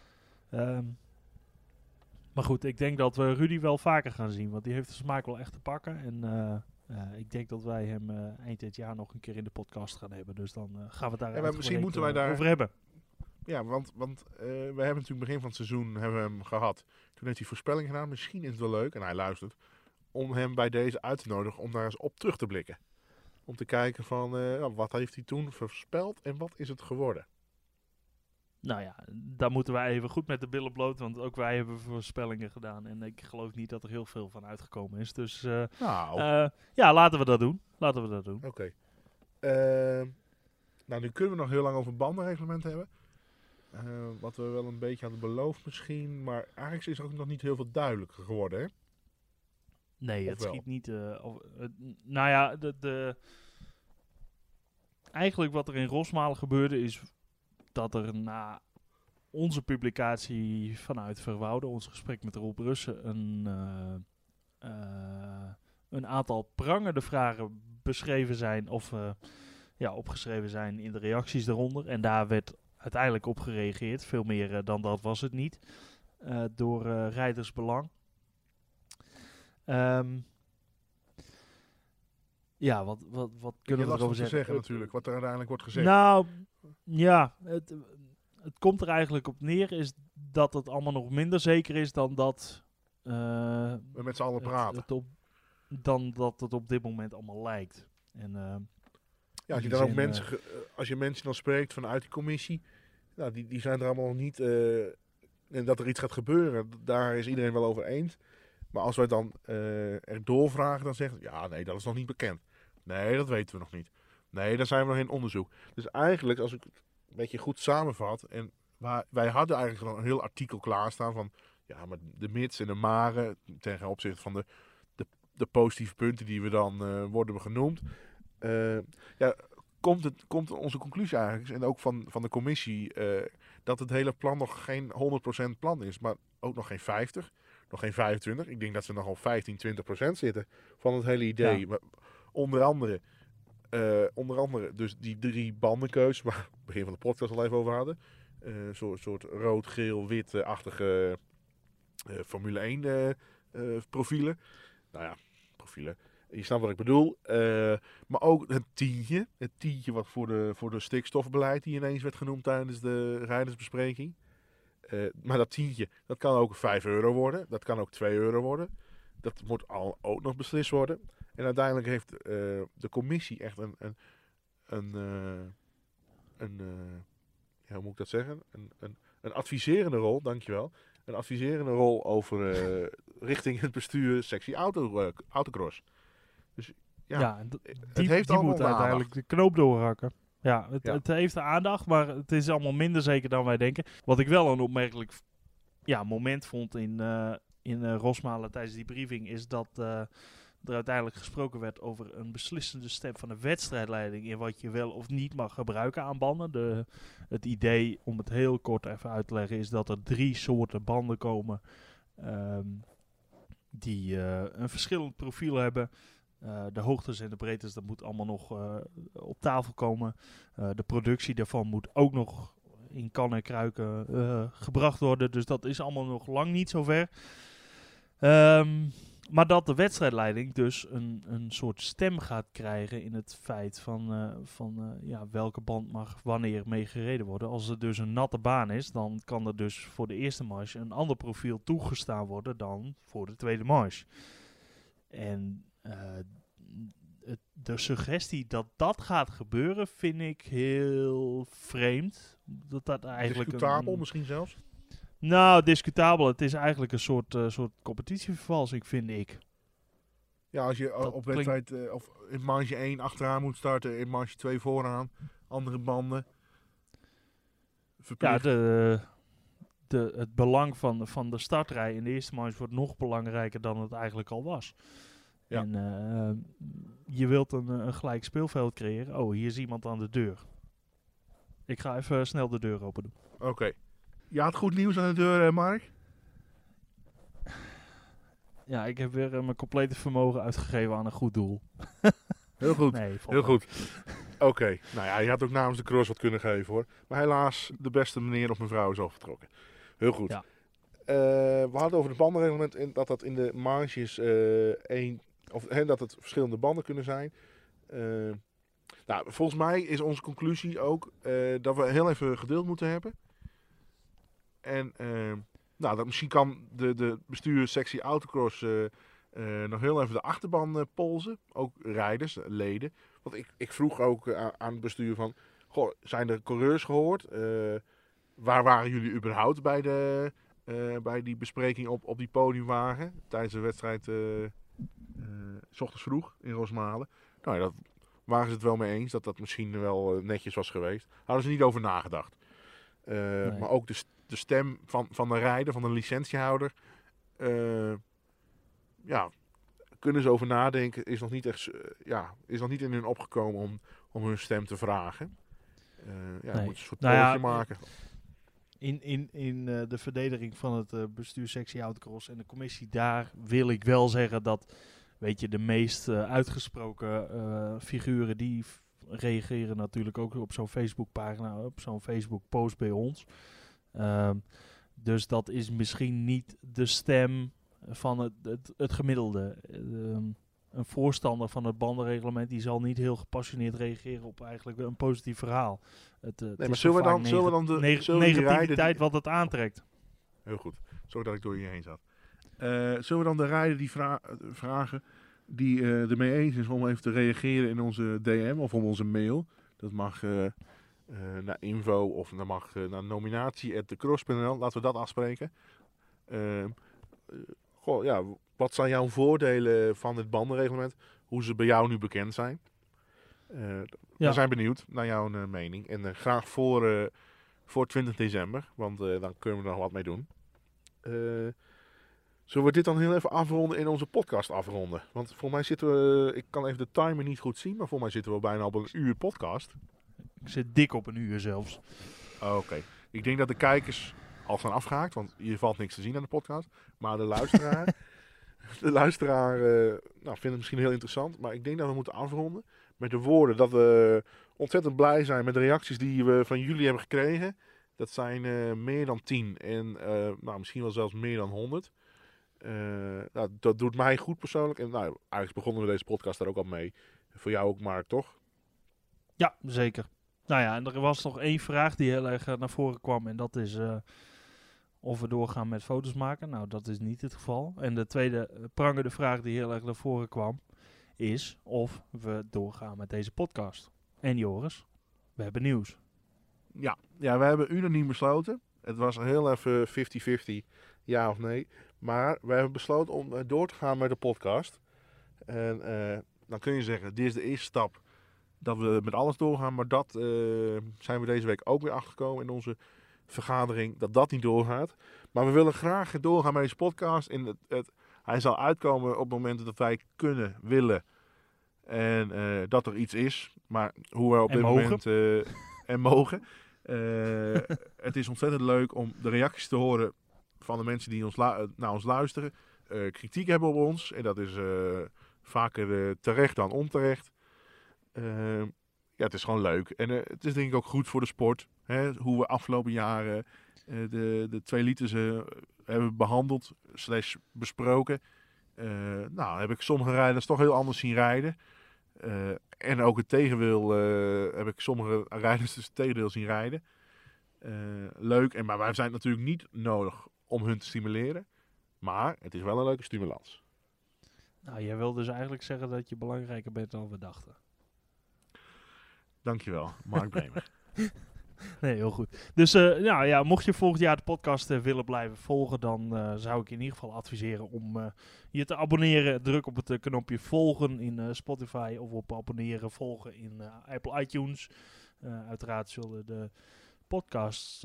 Maar goed, ik denk dat we Rudy wel vaker gaan zien. Want die heeft de smaak wel echt te pakken. En ik denk dat wij hem eind dit jaar nog een keer in de podcast gaan hebben. Dus dan gaan we het daar misschien moeten wij daar over hebben. Ja, want we hebben natuurlijk begin van het seizoen hebben we hem gehad. Toen heeft hij voorspelling gedaan. Misschien is het wel leuk, en hij luistert, om hem bij deze uit te nodigen om daar eens op terug te blikken. Om te kijken van wat heeft hij toen voorspeld en wat is het geworden. Nou ja, daar moeten wij even goed met de billen bloot, want ook wij hebben voorspellingen gedaan. En ik geloof niet dat er heel veel van uitgekomen is. Dus laten we dat doen. Oké. Nou, nu kunnen we nog heel lang over bandenreglement hebben. Wat we wel een beetje hadden beloofd misschien. Maar eigenlijk is er ook nog niet heel veel duidelijker geworden, hè? Nee, of het wel? schiet niet... nou ja, eigenlijk wat er in Rosmalen gebeurde is dat er na onze publicatie vanuit Verwoude, ons gesprek met Rob Russen, een aantal prangende vragen beschreven zijn of opgeschreven zijn in de reacties eronder. En daar werd uiteindelijk op gereageerd. Veel meer dan dat was het niet. Door Rijdersbelang. Wat kunnen we erover zeggen natuurlijk, wat er uiteindelijk wordt gezegd. Nou, ja, het komt er eigenlijk op neer is dat het allemaal nog minder zeker is dan dat we met z'n allen praten. Dan dat het op dit moment allemaal lijkt. En, als je dan ook als je mensen dan spreekt vanuit die commissie, nou, die zijn er allemaal nog niet. En dat er iets gaat gebeuren, daar is iedereen wel over eens. Maar als wij dan er doorvragen, dan zeggen ze, ja, nee, dat is nog niet bekend. Nee, dat weten we nog niet. Nee, daar zijn we nog in onderzoek. Dus eigenlijk, als ik het een beetje goed samenvat, en wij hadden eigenlijk een heel artikel klaarstaan van, ja, maar de mits en de maren ten opzichte van de positieve punten die we dan worden genoemd. Komt onze conclusie eigenlijk, en ook van de commissie, dat het hele plan nog geen 100% plan is, maar ook nog geen 50%. Nog geen 25. Ik denk dat ze nog op 15-20% zitten van het hele idee. Ja. Maar onder andere dus die 3 bandenkeus, waar we het begin van de podcast al even over hadden. Soort rood, geel, wit-achtige Formule 1 profielen. Nou ja, profielen. Je snapt wat ik bedoel. Maar ook het tientje. Het tientje wat voor de stikstofbeleid die ineens werd genoemd tijdens de rijdersbespreking. Maar dat tientje, dat kan ook €5 worden. Dat kan ook €2 worden. Dat moet ook nog beslist worden. En uiteindelijk heeft de commissie echt hoe moet ik dat zeggen? Een adviserende rol, dankjewel. een adviserende rol over richting het bestuur sectie autocross. Dus ja, het heeft die allemaal moet uiteindelijk de knoop doorhakken. Ja, het heeft de aandacht, maar het is allemaal minder zeker dan wij denken. Wat ik wel een opmerkelijk moment vond in Rosmalen tijdens die briefing is dat er uiteindelijk gesproken werd over een beslissende stem van de wedstrijdleiding in wat je wel of niet mag gebruiken aan banden. Het idee, om het heel kort even uit te leggen, is dat er 3 soorten banden komen die een verschillend profiel hebben. De hoogtes en de breedtes, dat moet allemaal nog op tafel komen. De productie daarvan moet ook nog in kan en kruiken gebracht worden. Dus dat is allemaal nog lang niet zover. Maar dat de wedstrijdleiding dus een soort stem gaat krijgen in het feit van welke band mag wanneer mee gereden worden. Als er dus een natte baan is, dan kan er dus voor de eerste marge een ander profiel toegestaan worden dan voor de tweede marge. En de suggestie dat dat gaat gebeuren vind ik heel vreemd. Dat eigenlijk discutabel misschien zelfs? Nou, discutabel. Het is eigenlijk een soort competitievervalsing, vind ik. Ja, als je op wedstrijd of in marge 1 achteraan moet starten, in marge 2 vooraan, andere banden. Verplicht. Ja, het belang van de startrij in de eerste marge wordt nog belangrijker dan het eigenlijk al was. Ja. En je wilt een gelijk speelveld creëren. Oh, hier is iemand aan de deur. Ik ga even snel de deur open doen. Oké. Je had goed nieuws aan de deur, Mark? Ja, ik heb weer mijn complete vermogen uitgegeven aan een goed doel. Heel goed, nee, heel goed. Oké. Nou ja, je had ook namens de cross wat kunnen geven hoor. Maar helaas, de beste meneer of mevrouw is al vertrokken. Heel goed. Ja. We hadden over het bandenreglement en dat in de marges dat het verschillende banden kunnen zijn. Nou, volgens mij is onze conclusie ook dat we heel even geduld moeten hebben. En dat misschien kan de bestuurssectie autocross nog heel even de achterban polsen. Ook rijders, leden. Want ik vroeg ook aan het bestuur van, goh, zijn er coureurs gehoord? Waar waren jullie überhaupt bij die bespreking op die podiumwagen tijdens de wedstrijd 's ochtends vroeg in Rosmalen? Nou ja, dat waren ze het wel mee eens dat dat misschien wel netjes was geweest. Hadden ze niet over nagedacht. Nee. Maar ook de stem van de rijder, van de licentiehouder, kunnen ze over nadenken, is nog niet echt, is nog niet in hun opgekomen om hun stem te vragen. Nee. Moeten ze een soort pootje maken. In de verdediging van het bestuurssectie autocross en de commissie, daar wil ik wel zeggen dat, weet je, de meest uitgesproken figuren die reageren natuurlijk ook op zo'n Facebookpagina, op zo'n Facebook-post bij ons. Dus dat is misschien niet de stem van het gemiddelde. Een voorstander van het bandenreglement die zal niet heel gepassioneerd reageren op eigenlijk een positief verhaal. Maar zullen we dan de negativiteit wat het aantrekt? Heel goed. Zorg dat ik door je heen zat. Zullen we dan de rijder die vragen die ermee eens is om even te reageren in onze DM of op onze mail? Dat mag naar info of dat mag naar nominatie@thecross.nl. Laten we dat afspreken. Wat zijn jouw voordelen van het bandenreglement? Hoe ze bij jou nu bekend zijn? We zijn benieuwd naar jouw mening. En graag voor 20 december, want dan kunnen we er nog wat mee doen. Zullen we dit dan heel even afronden in onze podcast afronden? Want volgens mij zitten we, ik kan even de timer niet goed zien, maar volgens mij zitten we bijna op een uur podcast. Ik zit dik op een uur zelfs. Oké. Ik denk dat de kijkers al zijn afgehaakt, want hier valt niks te zien aan de podcast. Maar de luisteraar vindt het misschien heel interessant. Maar ik denk dat we moeten afronden met de woorden dat we ontzettend blij zijn met de reacties die we van jullie hebben gekregen. Dat zijn meer dan 10 en misschien wel zelfs meer dan 100. Dat doet mij goed persoonlijk. En eigenlijk begonnen we deze podcast daar ook al mee. Voor jou ook, Mark, toch? Ja, zeker. Nou ja, en er was nog 1 vraag die heel erg naar voren kwam. En dat is of we doorgaan met foto's maken. Nou, dat is niet het geval. En de tweede prangende vraag die heel erg naar voren kwam, is of we doorgaan met deze podcast. En Joris, we hebben nieuws. Ja, we hebben unaniem besloten. Het was heel even 50-50, ja of nee. Maar we hebben besloten om door te gaan met de podcast. En dan kun je zeggen, dit is de eerste stap dat we met alles doorgaan. Maar dat zijn we deze week ook weer achtergekomen in onze vergadering, dat dat niet doorgaat. Maar we willen graag doorgaan met deze podcast. Hij zal uitkomen op het moment dat wij kunnen, willen en dat er iets is. Maar hoe we op En dit mogen. moment en mogen. Het is ontzettend leuk om de reacties te horen van de mensen die naar ons luisteren. Kritiek hebben op ons. En dat is vaker terecht dan onterecht. Ja, het is gewoon leuk. En het is denk ik ook goed voor de sport. Hè? Hoe we afgelopen jaren de 2 liters hebben behandeld / besproken. Nou, heb ik sommige rijders toch heel anders zien rijden. En ook het tegenwiel heb ik sommige rijders dus het tegendeel zien rijden. Leuk, maar wij zijn natuurlijk niet nodig om hun te stimuleren. Maar het is wel een leuke stimulans. Nou, jij wil dus eigenlijk zeggen dat je belangrijker bent dan we dachten. Dankjewel, Mark Bremer. Nee, heel goed. Dus mocht je volgend jaar de podcast willen blijven volgen, dan zou ik in ieder geval adviseren om je te abonneren. Druk op het knopje volgen in Spotify of op abonneren, volgen in Apple iTunes. Uiteraard zullen de podcasts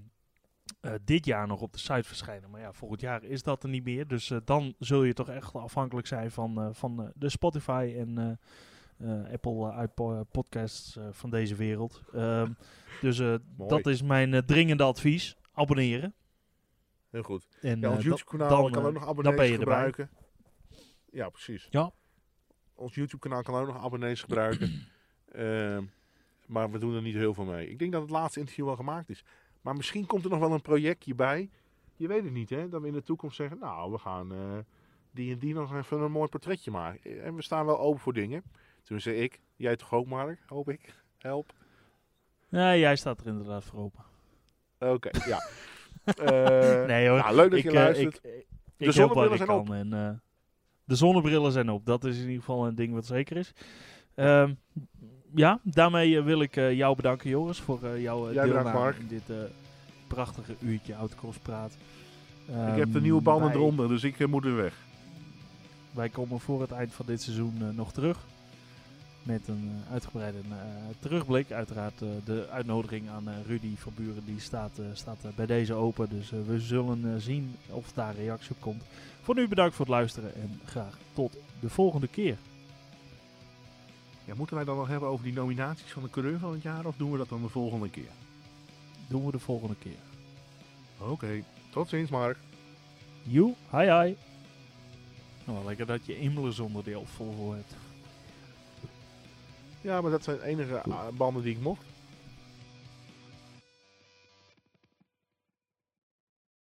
dit jaar nog op de site verschijnen. Maar ja, volgend jaar is dat er niet meer. Dus dan zul je toch echt afhankelijk zijn van de Spotify en Apple podcasts van deze wereld. Dus dat is mijn dringende advies. Abonneren. Heel goed. En, Ja, ons YouTube-kanaal kan ook nog dan abonnees ben je gebruiken. Ja, precies. Ja. Ons YouTube-kanaal kan ook nog abonnees gebruiken. Maar we doen er niet heel veel mee. Ik denk dat het laatste interview wel gemaakt is. Maar misschien komt er nog wel een projectje bij. Je weet het niet, hè? Dat we in de toekomst zeggen, nou, we gaan die en die nog even een mooi portretje maken. En we staan wel open voor dingen. Toen zei ik, jij toch ook, Mark? Hoop ik. Help. Nee, jij staat er inderdaad voor open. Oké, ja. Nee hoor. Nou, leuk dat je luistert. Ik zonnebrillen help zijn waar op. ik kan. En, de zonnebrillen zijn op. Dat is in ieder geval een ding wat zeker is. Ja, daarmee wil ik jou bedanken, Joris, voor jouw Jij bedankt, deelname Mark. in dit prachtige uurtje Autocross Praat. Ik heb de nieuwe banden eronder, dus ik moet weer weg. Wij komen voor het eind van dit seizoen nog terug. Met een uitgebreide terugblik. Uiteraard de uitnodiging aan Rudy van Buren die staat bij deze open. Dus we zullen zien of daar reactie op komt. Voor nu bedankt voor het luisteren en graag tot de volgende keer. Ja, moeten wij dan nog hebben over die nominaties van de coureur van het jaar of doen we dat dan de volgende keer? Doen we de volgende keer. Oké, tot ziens Mark. Joe, hi. Nou, lekker dat je Imlers onderdeel vol hebt. Ja, maar dat zijn de enige banden die ik mocht.